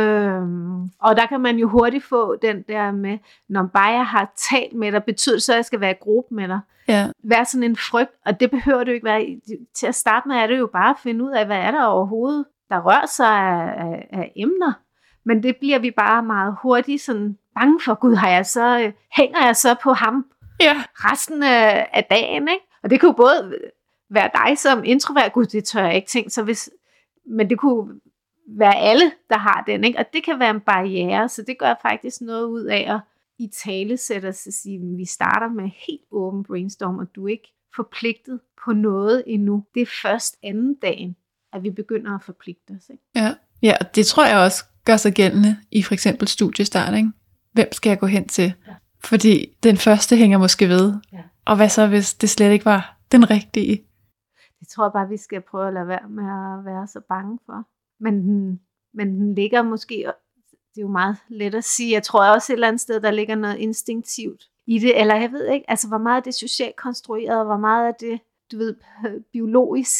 Og der kan man jo hurtigt få den der med, når bare jeg har talt med dig, betyder det så, at jeg skal være i gruppe med dig. Ja. Være sådan en frygt, og det behøver det jo ikke være. Til at starte med er det jo bare at finde ud af, hvad er der overhovedet, der rører sig af emner. Men det bliver vi bare meget hurtigt sådan bange for. Gud, hænger jeg så på ham resten af dagen, ikke? Og det kunne både være dig som introvert, gud, det tør jeg ikke tænke, men det kunne være alle, der har den, ikke? Og det kan være en barriere, så det gør faktisk noget ud af at i talesætte os og sige, at vi starter med helt åben brainstorm, og du er ikke forpligtet på noget endnu. Det er først anden dagen, at vi begynder at forpligte os, ikke? Ja, og det tror jeg også gør sig gældende i for eksempel studiestart, ikke? Hvem skal jeg gå hen til? Ja. Fordi den første hænger måske ved. Ja. Og hvad så, hvis det slet ikke var den rigtige? Det tror jeg bare, vi skal prøve at lade være med at være så bange for. Men den ligger måske, det er jo meget let at sige, jeg tror også et eller andet sted, der ligger noget instinktivt i det, eller jeg ved ikke, altså hvor meget er det socialt konstrueret, hvor meget er det, du ved, biologisk,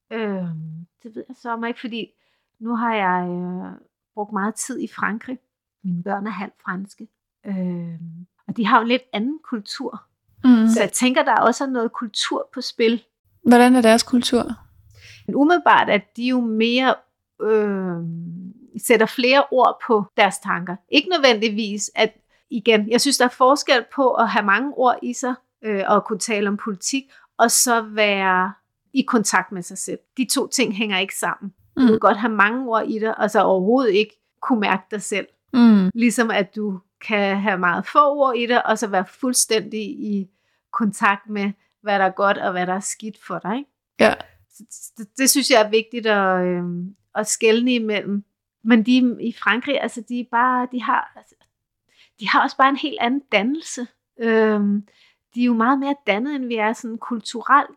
det ved jeg så ikke, fordi nu har jeg brugt meget tid i Frankrig. Mine børn er halvt franske, og de har jo en lidt anden kultur. Så jeg tænker, der også er noget kultur på spil. Hvordan er deres kultur? Umiddelbart at de jo mere sætter flere ord på deres tanker. Ikke nødvendigvis, at igen, jeg synes, der er forskel på at have mange ord i sig, og kunne tale om politik, og så være i kontakt med sig selv. De to ting hænger ikke sammen. Du kan godt have mange ord i dig, og så overhovedet ikke kunne mærke dig selv. Ligesom at du kan have meget få ord i dig, og så være fuldstændig i kontakt med, hvad der er godt, og hvad der er skidt for dig. Ikke? Ja. Det synes jeg er vigtigt at skelne imellem. Men de i Frankrig, altså de har også bare en helt anden dannelse. De er jo meget mere dannet, end vi er sådan kulturelt,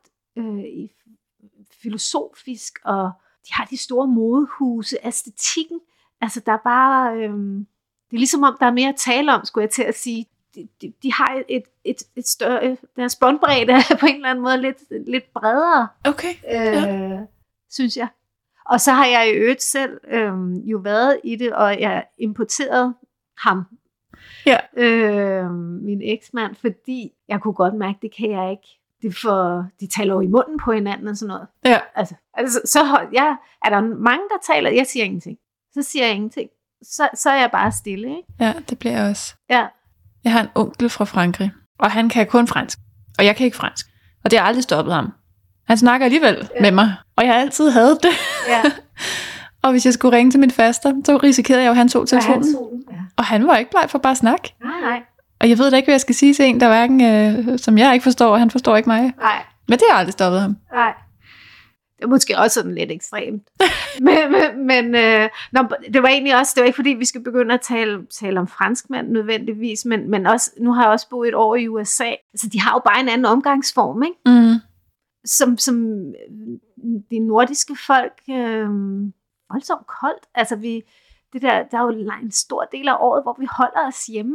filosofisk, og de har de store modehuse, æstetikken. Altså der er bare, det er ligesom om der er mere at tale om, skulle jeg til at sige. De har et større, deres båndbredde er på en eller anden måde lidt bredere. Okay. Synes jeg. Og så har jeg i øvrigt selv jo været i det, og jeg importerede ham. Ja. Min eksmand, fordi jeg kunne godt mærke, det kan jeg ikke. De taler jo i munden på hinanden og sådan noget. Ja. Altså så er der mange, der taler, jeg siger ingenting. Så siger jeg ingenting. Så er jeg bare stille, ikke? Ja, det bliver jeg også. Ja. Jeg har en onkel fra Frankrig, og han kan kun fransk, og jeg kan ikke fransk. Og det har aldrig stoppet ham. Han snakker alligevel med mig, og jeg har altid hadet det. Ja. Og hvis jeg skulle ringe til min faster, så risikerede jeg jo, at han tog telefonen. Ja. Og han var ikke bleg for bare at snakke. Nej. Og jeg ved da ikke, hvad jeg skal sige til en, der hverken, som jeg ikke forstår, og han forstår ikke mig. Nej. Men det har aldrig stoppet ham. Nej. Det er måske også sådan lidt ekstremt. men det var egentlig også, det var ikke fordi, vi skal begynde at tale om franskmænd nødvendigvis, men også, nu har jeg også boet et år i USA. Altså, de har jo bare en anden omgangsform, ikke? Som de nordiske folk, voldsomt koldt. Altså, der er jo en stor del af året, hvor vi holder os hjemme.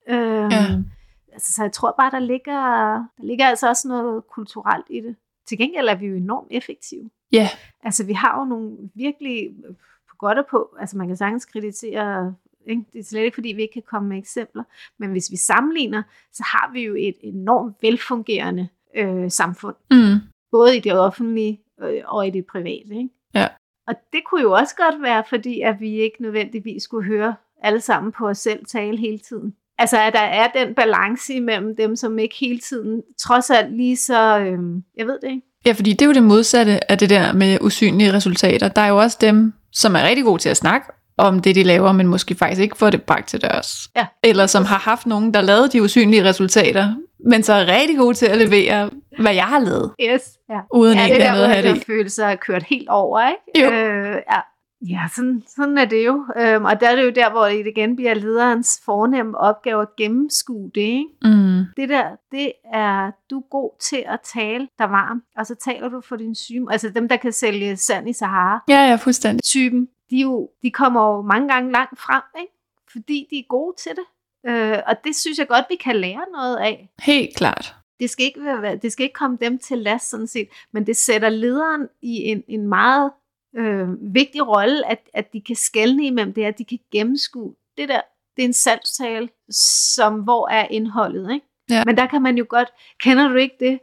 Altså, så jeg tror bare, der ligger altså også noget kulturelt i det. Til gengæld er vi jo enormt effektive. Ja. Yeah. Altså, vi har jo nogle virkelig på godt og på, altså man kan sagtens kritisere, ikke? Det er slet ikke, fordi vi ikke kan komme med eksempler, men hvis vi sammenligner, så har vi jo et enormt velfungerende samfund. Både i det offentlige og i det private, ikke? Ja. Og det kunne jo også godt være, fordi at vi ikke nødvendigvis skulle høre alle sammen på os selv tale hele tiden. Altså, at der er den balance imellem dem, som ikke hele tiden, trods alt lige så, jeg ved det ikke. Ja, fordi det er jo det modsatte af det der med usynlige resultater. Der er jo også dem, som er rigtig gode til at snakke om det, de laver, men måske faktisk ikke får det bragt til dørs. Ja. Eller som har haft nogen, der lavede de usynlige resultater, men så er rigtig gode til at levere, hvad jeg har lavet. Yes. Ja. Uden egentlig at noget at have det i. Det der følelser er kørt helt over, ikke? Jo. Ja, sådan er det jo. Og der er det jo der, hvor det igen bliver lederens fornemme opgave at gennemskue det, ikke? Det der, det er, du er god til at tale dig varm, og så taler du for din syge. Altså dem, der kan sælge sand i Sahara. Ja, fuldstændig. Typen, de kommer jo mange gange langt frem, ikke? Fordi de er gode til det. Og det synes jeg godt, vi kan lære noget af. Helt klart. det skal ikke komme dem til last sådan set, men det sætter lederen i en meget vigtig rolle, at de kan skelne imellem det, at de kan gennemskue det der. Det er en salgstale, hvor er indholdet, ikke? Ja. Men der kan man jo godt, kender du ikke det?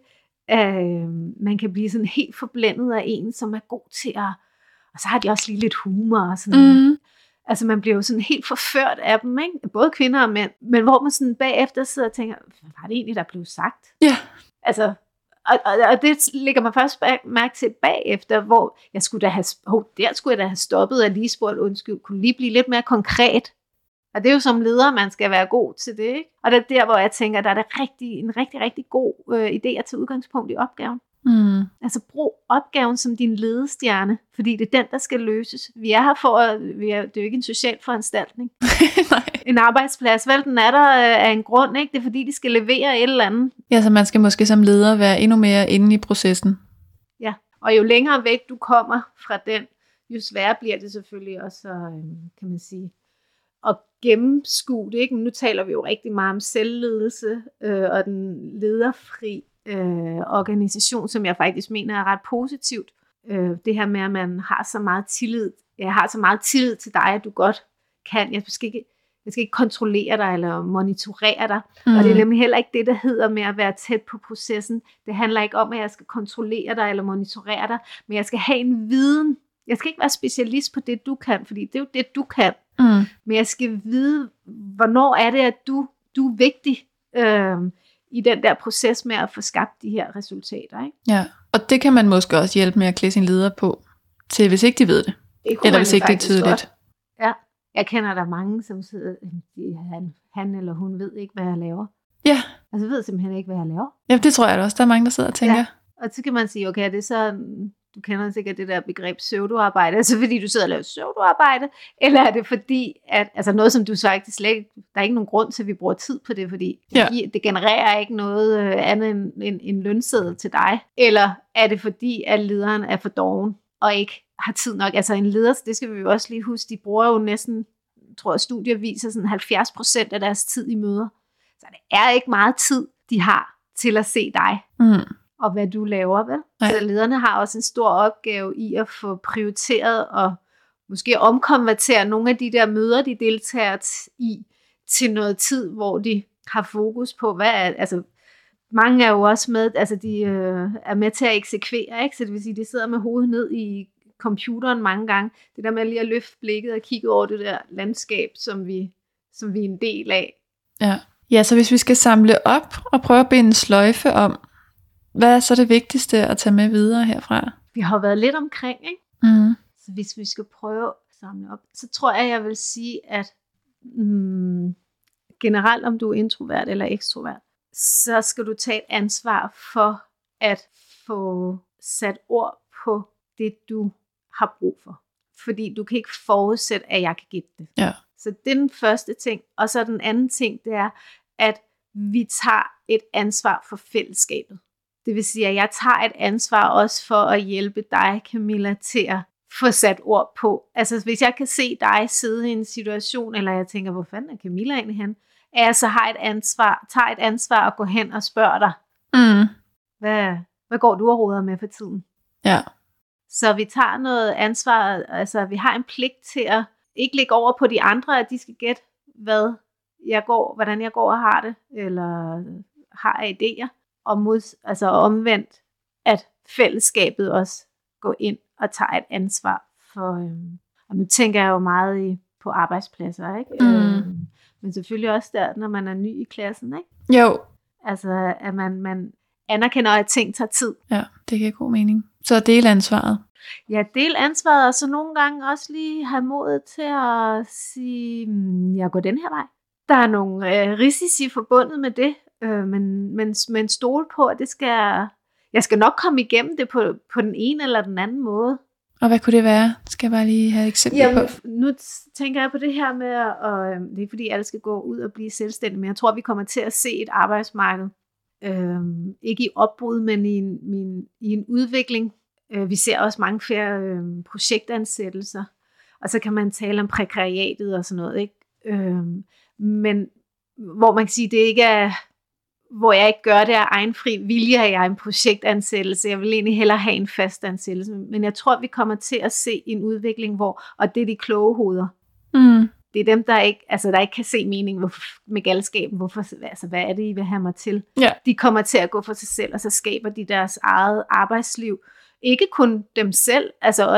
Man kan blive sådan helt forblændet af en, som er god til at, og så har de også lige lidt humor og sådan. Altså man bliver jo sådan helt forført af dem, ikke? Både kvinder og mænd, men hvor man sådan bagefter sidder og tænker, hvad var det egentlig, der blev sagt? Ja. Altså, og det ligger man først mærke til bagefter, hvor jeg skulle da have stoppet og lige spurgt, undskyld, kunne lige blive lidt mere konkret? Og det er jo som leder, man skal være god til det, ikke? Og det er der, hvor jeg tænker, der er en rigtig, rigtig god idé at tage udgangspunkt i opgaven. Altså brug opgaven som din ledestjerne, fordi det er den, der skal løses. Vi er her det er jo ikke en social foranstaltning. En arbejdsplads, vel, den er der af en grund, ikke? Det er fordi, de skal levere et eller andet. Ja, så man skal måske som leder være endnu mere inde i processen. Ja, og jo længere væk du kommer fra den, jo sværere bliver det selvfølgelig også, kan man sige, at gennemskue det, ikke? Men nu taler vi jo rigtig meget om selvledelse og den lederfri organisation, som jeg faktisk mener er ret positivt. Det her med, at man har så meget tillid. Jeg har så meget tillid til dig, at du godt kan. Jeg skal ikke kontrollere dig eller monitorere dig. Og det er nemlig heller ikke det, der hedder med at være tæt på processen. Det handler ikke om, at jeg skal kontrollere dig eller monitorere dig, men jeg skal have en viden. Jeg skal ikke være specialist på det, du kan, fordi det er jo det, du kan. Men jeg skal vide, hvornår er det, at du er vigtig i den der proces med at få skabt de her resultater, ikke? Ja, og det kan man måske også hjælpe med at klæde sin leder på, til hvis ikke de ved det. Eller hvis ikke det er tydeligt. Godt. Ja, jeg kender der mange, som sidder, han eller hun ved ikke, hvad jeg laver. Ja. Altså ved simpelthen ikke, hvad jeg laver. Ja, det tror jeg også, der er mange, der sidder og tænker. Ja. Og så kan man sige, okay, det er så, du kender sikkert det der begreb pseudoarbejde, altså fordi du sidder og laver pseudoarbejde, eller er det fordi, at, altså noget som du faktisk slet ikke, der er ikke nogen grund til, at vi bruger tid på det, fordi det genererer ikke noget andet end en lønseddel til dig, eller er det fordi, at lederen er for doven, og ikke har tid nok, altså en leder, det skal vi jo også lige huske, de bruger jo næsten, tror jeg studier viser, sådan 70% af deres tid i møder, så det er ikke meget tid, de har til at se dig. Og hvad du laver, vel? Nej. Så lederne har også en stor opgave i at få prioriteret og måske omkonvertere nogle af de der møder, de deltager i, til noget tid, hvor de har fokus på, hvad er, altså mange er jo også med, altså de er med til at eksekvere, ikke? Så det vil sige, de sidder med hovedet ned i computeren mange gange. Det der med lige at løfte blikket og kigge over det der landskab, som vi er en del af. Ja, så hvis vi skal samle op og prøve at binde en sløjfe om, hvad er så det vigtigste at tage med videre herfra? Vi har været lidt omkring, ikke? Så hvis vi skal prøve at samle op, så tror jeg vil sige, at generelt om du er introvert eller ekstrovert, så skal du tage et ansvar for at få sat ord på det, du har brug for. Fordi du kan ikke forudsætte, at jeg kan give det. Ja. Så det er den første ting. Og så den anden ting, det er, at vi tager et ansvar for fællesskabet. Det vil sige, at jeg tager et ansvar også for at hjælpe dig, Camilla, til at få sat ord på. Altså hvis jeg kan se dig sidde i en situation, eller jeg tænker, hvor fanden er Camilla egentlig hen? At jeg så tager et ansvar at gå hen og spørge dig, hvad går du og roder med for tiden? Ja. Så vi tager noget ansvar, altså vi har en pligt til at ikke lægge over på de andre, at de skal gætte, hvordan jeg går og har det, eller har idéer. Og altså omvendt, at fællesskabet også går ind og tager et ansvar for, og nu tænker jeg jo meget på arbejdspladser, ikke? Men selvfølgelig også der, når man er ny i klassen, ikke? Jo. Altså, at man anerkender, at ting tager tid. Ja, det giver god mening. Så del ansvaret. Ja, del ansvaret, og så nogle gange også lige have modet til at sige, jeg går den her vej. Der er nogle risici forbundet med det, men stole på, at jeg skal nok komme igennem det på den ene eller den anden måde. Og hvad kunne det være? Skal jeg bare lige have et eksempel på? Nu tænker jeg på det her med, og det er ikke fordi alle skal gå ud og blive selvstændige, men jeg tror, vi kommer til at se et arbejdsmarked, ikke i opbrud, men i en udvikling. Vi ser også mange flere projektansættelser, og så kan man tale om prekariatet og sådan noget, ikke? Men hvor man kan sige, det ikke er hvor jeg ikke gør det af egen fri vilje, at jeg er en projektansættelse. Jeg vil egentlig hellere have en fast ansættelse. Men jeg tror, vi kommer til at se en udvikling, hvor, og det er de kloge hoveder. Det er dem, der ikke kan se meningen med galskaben. Hvad er det, I vil have mig til? Ja. De kommer til at gå for sig selv, og så skaber de deres eget arbejdsliv. Ikke kun dem selv,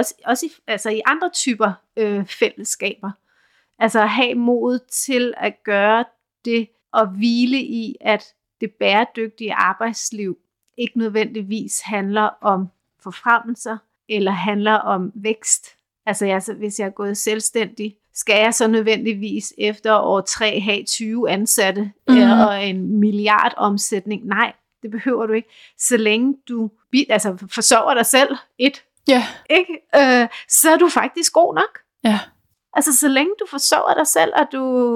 også i andre typer fællesskaber. Altså at have mod til at gøre det, og hvile i, at det bæredygtige arbejdsliv ikke nødvendigvis handler om forfremmelser, eller handler om vækst. Altså hvis jeg er gået selvstændig, skal jeg så nødvendigvis efter år 3 have 20 ansatte og en milliard omsætning? Nej, det behøver du ikke. Så længe du forsørger dig selv, ikke? Så er du faktisk god nok. Ja. Altså så længe du forsørger dig selv, og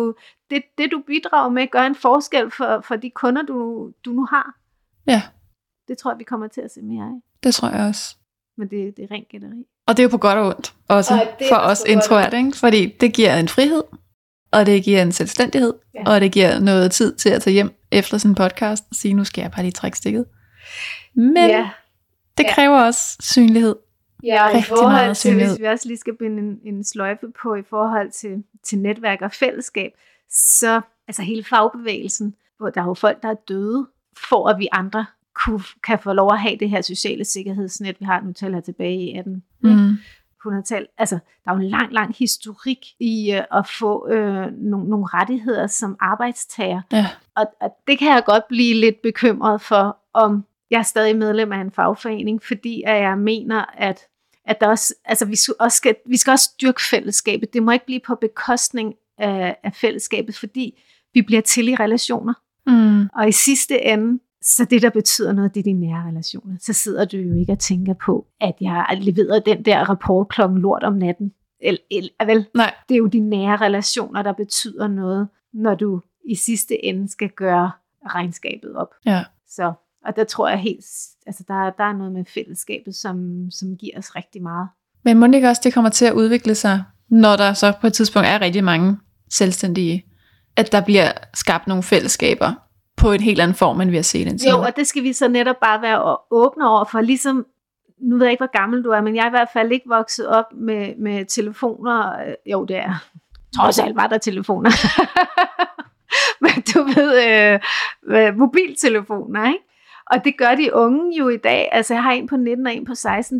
det du bidrager med, gør en forskel for de kunder, du nu har. Ja. Det tror jeg, vi kommer til at se mere af. Det tror jeg også. Men det er rent gætteri. Og det er jo på godt og ondt også for os introverte, ikke? Fordi det giver en frihed, og det giver en selvstændighed, og det giver noget tid til at tage hjem efter sådan en podcast og sige, nu skal jeg bare lige trække stikket. Men det kræver også synlighed. Ja, og i forhold til, hvis vi også lige skal binde en sløjfe på i forhold til netværk og fællesskab, så hele fagbevægelsen, hvor der er jo folk, der er døde, for at vi andre kan få lov at have det her sociale sikkerhedsnet, vi har nu taler tilbage i 1800-tallet. Altså, der er jo en lang historik i at få nogle rettigheder som arbejdstager. Ja. Og det kan jeg godt blive lidt bekymret for, om jeg er stadig medlem af en fagforening, fordi at jeg mener, at der også, vi skal også styrke fællesskabet. Det må ikke blive på bekostning af fællesskabet, fordi vi bliver til i relationer. Og i sidste ende, så det, der betyder noget, det er de nære relationer. Så sidder du jo ikke og tænker på, at jeg har leveret den der rapport klokken lort om natten. Vel? Nej. Det er jo de nære relationer, der betyder noget, når du i sidste ende skal gøre regnskabet op. Ja. Så, og der tror jeg helt, der er noget med fællesskabet, som giver os rigtig meget. Men må det ikke også, det kommer til at udvikle sig, når der så på et tidspunkt er rigtig mange selvstændige, at der bliver skabt nogle fællesskaber på en helt anden form, end vi har set indtil nu. Jo, og det skal vi så netop bare være åbne over for, ligesom, nu ved jeg ikke, hvor gammel du er, men jeg er i hvert fald ikke vokset op med telefoner. Jo, det er. Trods alt var der telefoner. Men du ved, mobiltelefoner, ikke? Og det gør de unge jo i dag. Altså, jeg har en på 19 og en på 16.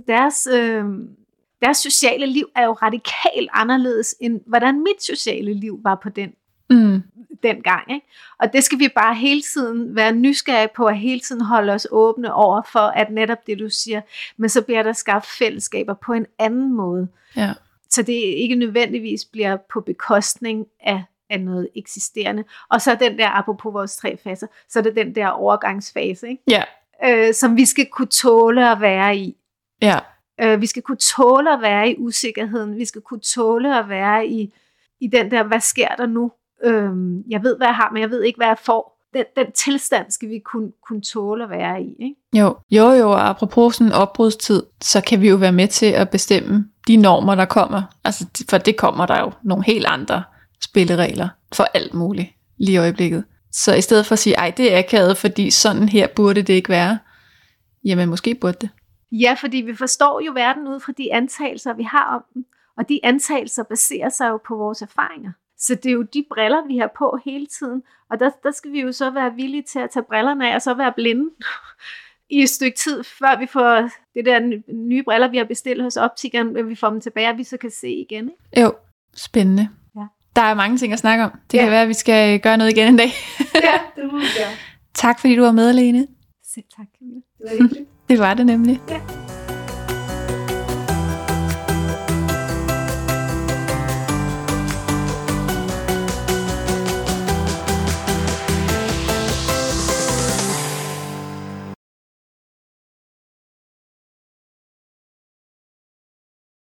Deres sociale liv er jo radikalt anderledes, end hvordan mit sociale liv var på dengang, ikke? Og det skal vi bare hele tiden være nysgerrige på, og hele tiden holde os åbne over for, at netop det, du siger, men så bliver der skabt fællesskaber på en anden måde. Ja. Så det ikke nødvendigvis bliver på bekostning af noget eksisterende. Og så den der, apropos vores 3 faser, så er det den der overgangsfase, ikke? Ja. Som vi skal kunne tåle at være i. Ja. Vi skal kunne tåle at være i usikkerheden. Vi skal kunne tåle at være i den der, hvad sker der nu? Jeg ved, hvad jeg har, men jeg ved ikke, hvad jeg får. Den tilstand skal vi kunne tåle at være i, ikke? Jo, og apropos sådan en opbrudstid, så kan vi jo være med til at bestemme de normer, der kommer. Altså, for det kommer der jo nogle helt andre spilleregler for alt muligt lige i øjeblikket. Så i stedet for at sige, ej, det er akavet, fordi sådan her burde det ikke være, jamen måske burde det. Ja, fordi vi forstår jo verden ud fra de antagelser, vi har om den, og de antagelser baserer sig jo på vores erfaringer. Så det er jo de briller, vi har på hele tiden. Og der skal vi jo så være villige til at tage brillerne af, og så være blinde i et stykke tid, før vi får det der nye briller, vi har bestilt hos optikeren, men vi får dem tilbage, og vi så kan se igen, ikke? Jo, spændende. Ja. Der er mange ting at snakke om. Det kan være, at vi skal gøre noget igen en dag. Ja, det må vi gøre. Tak fordi du var med, Lene. Selv tak, Camilla. Det var hyggeligt. Det var det nemlig. Ja.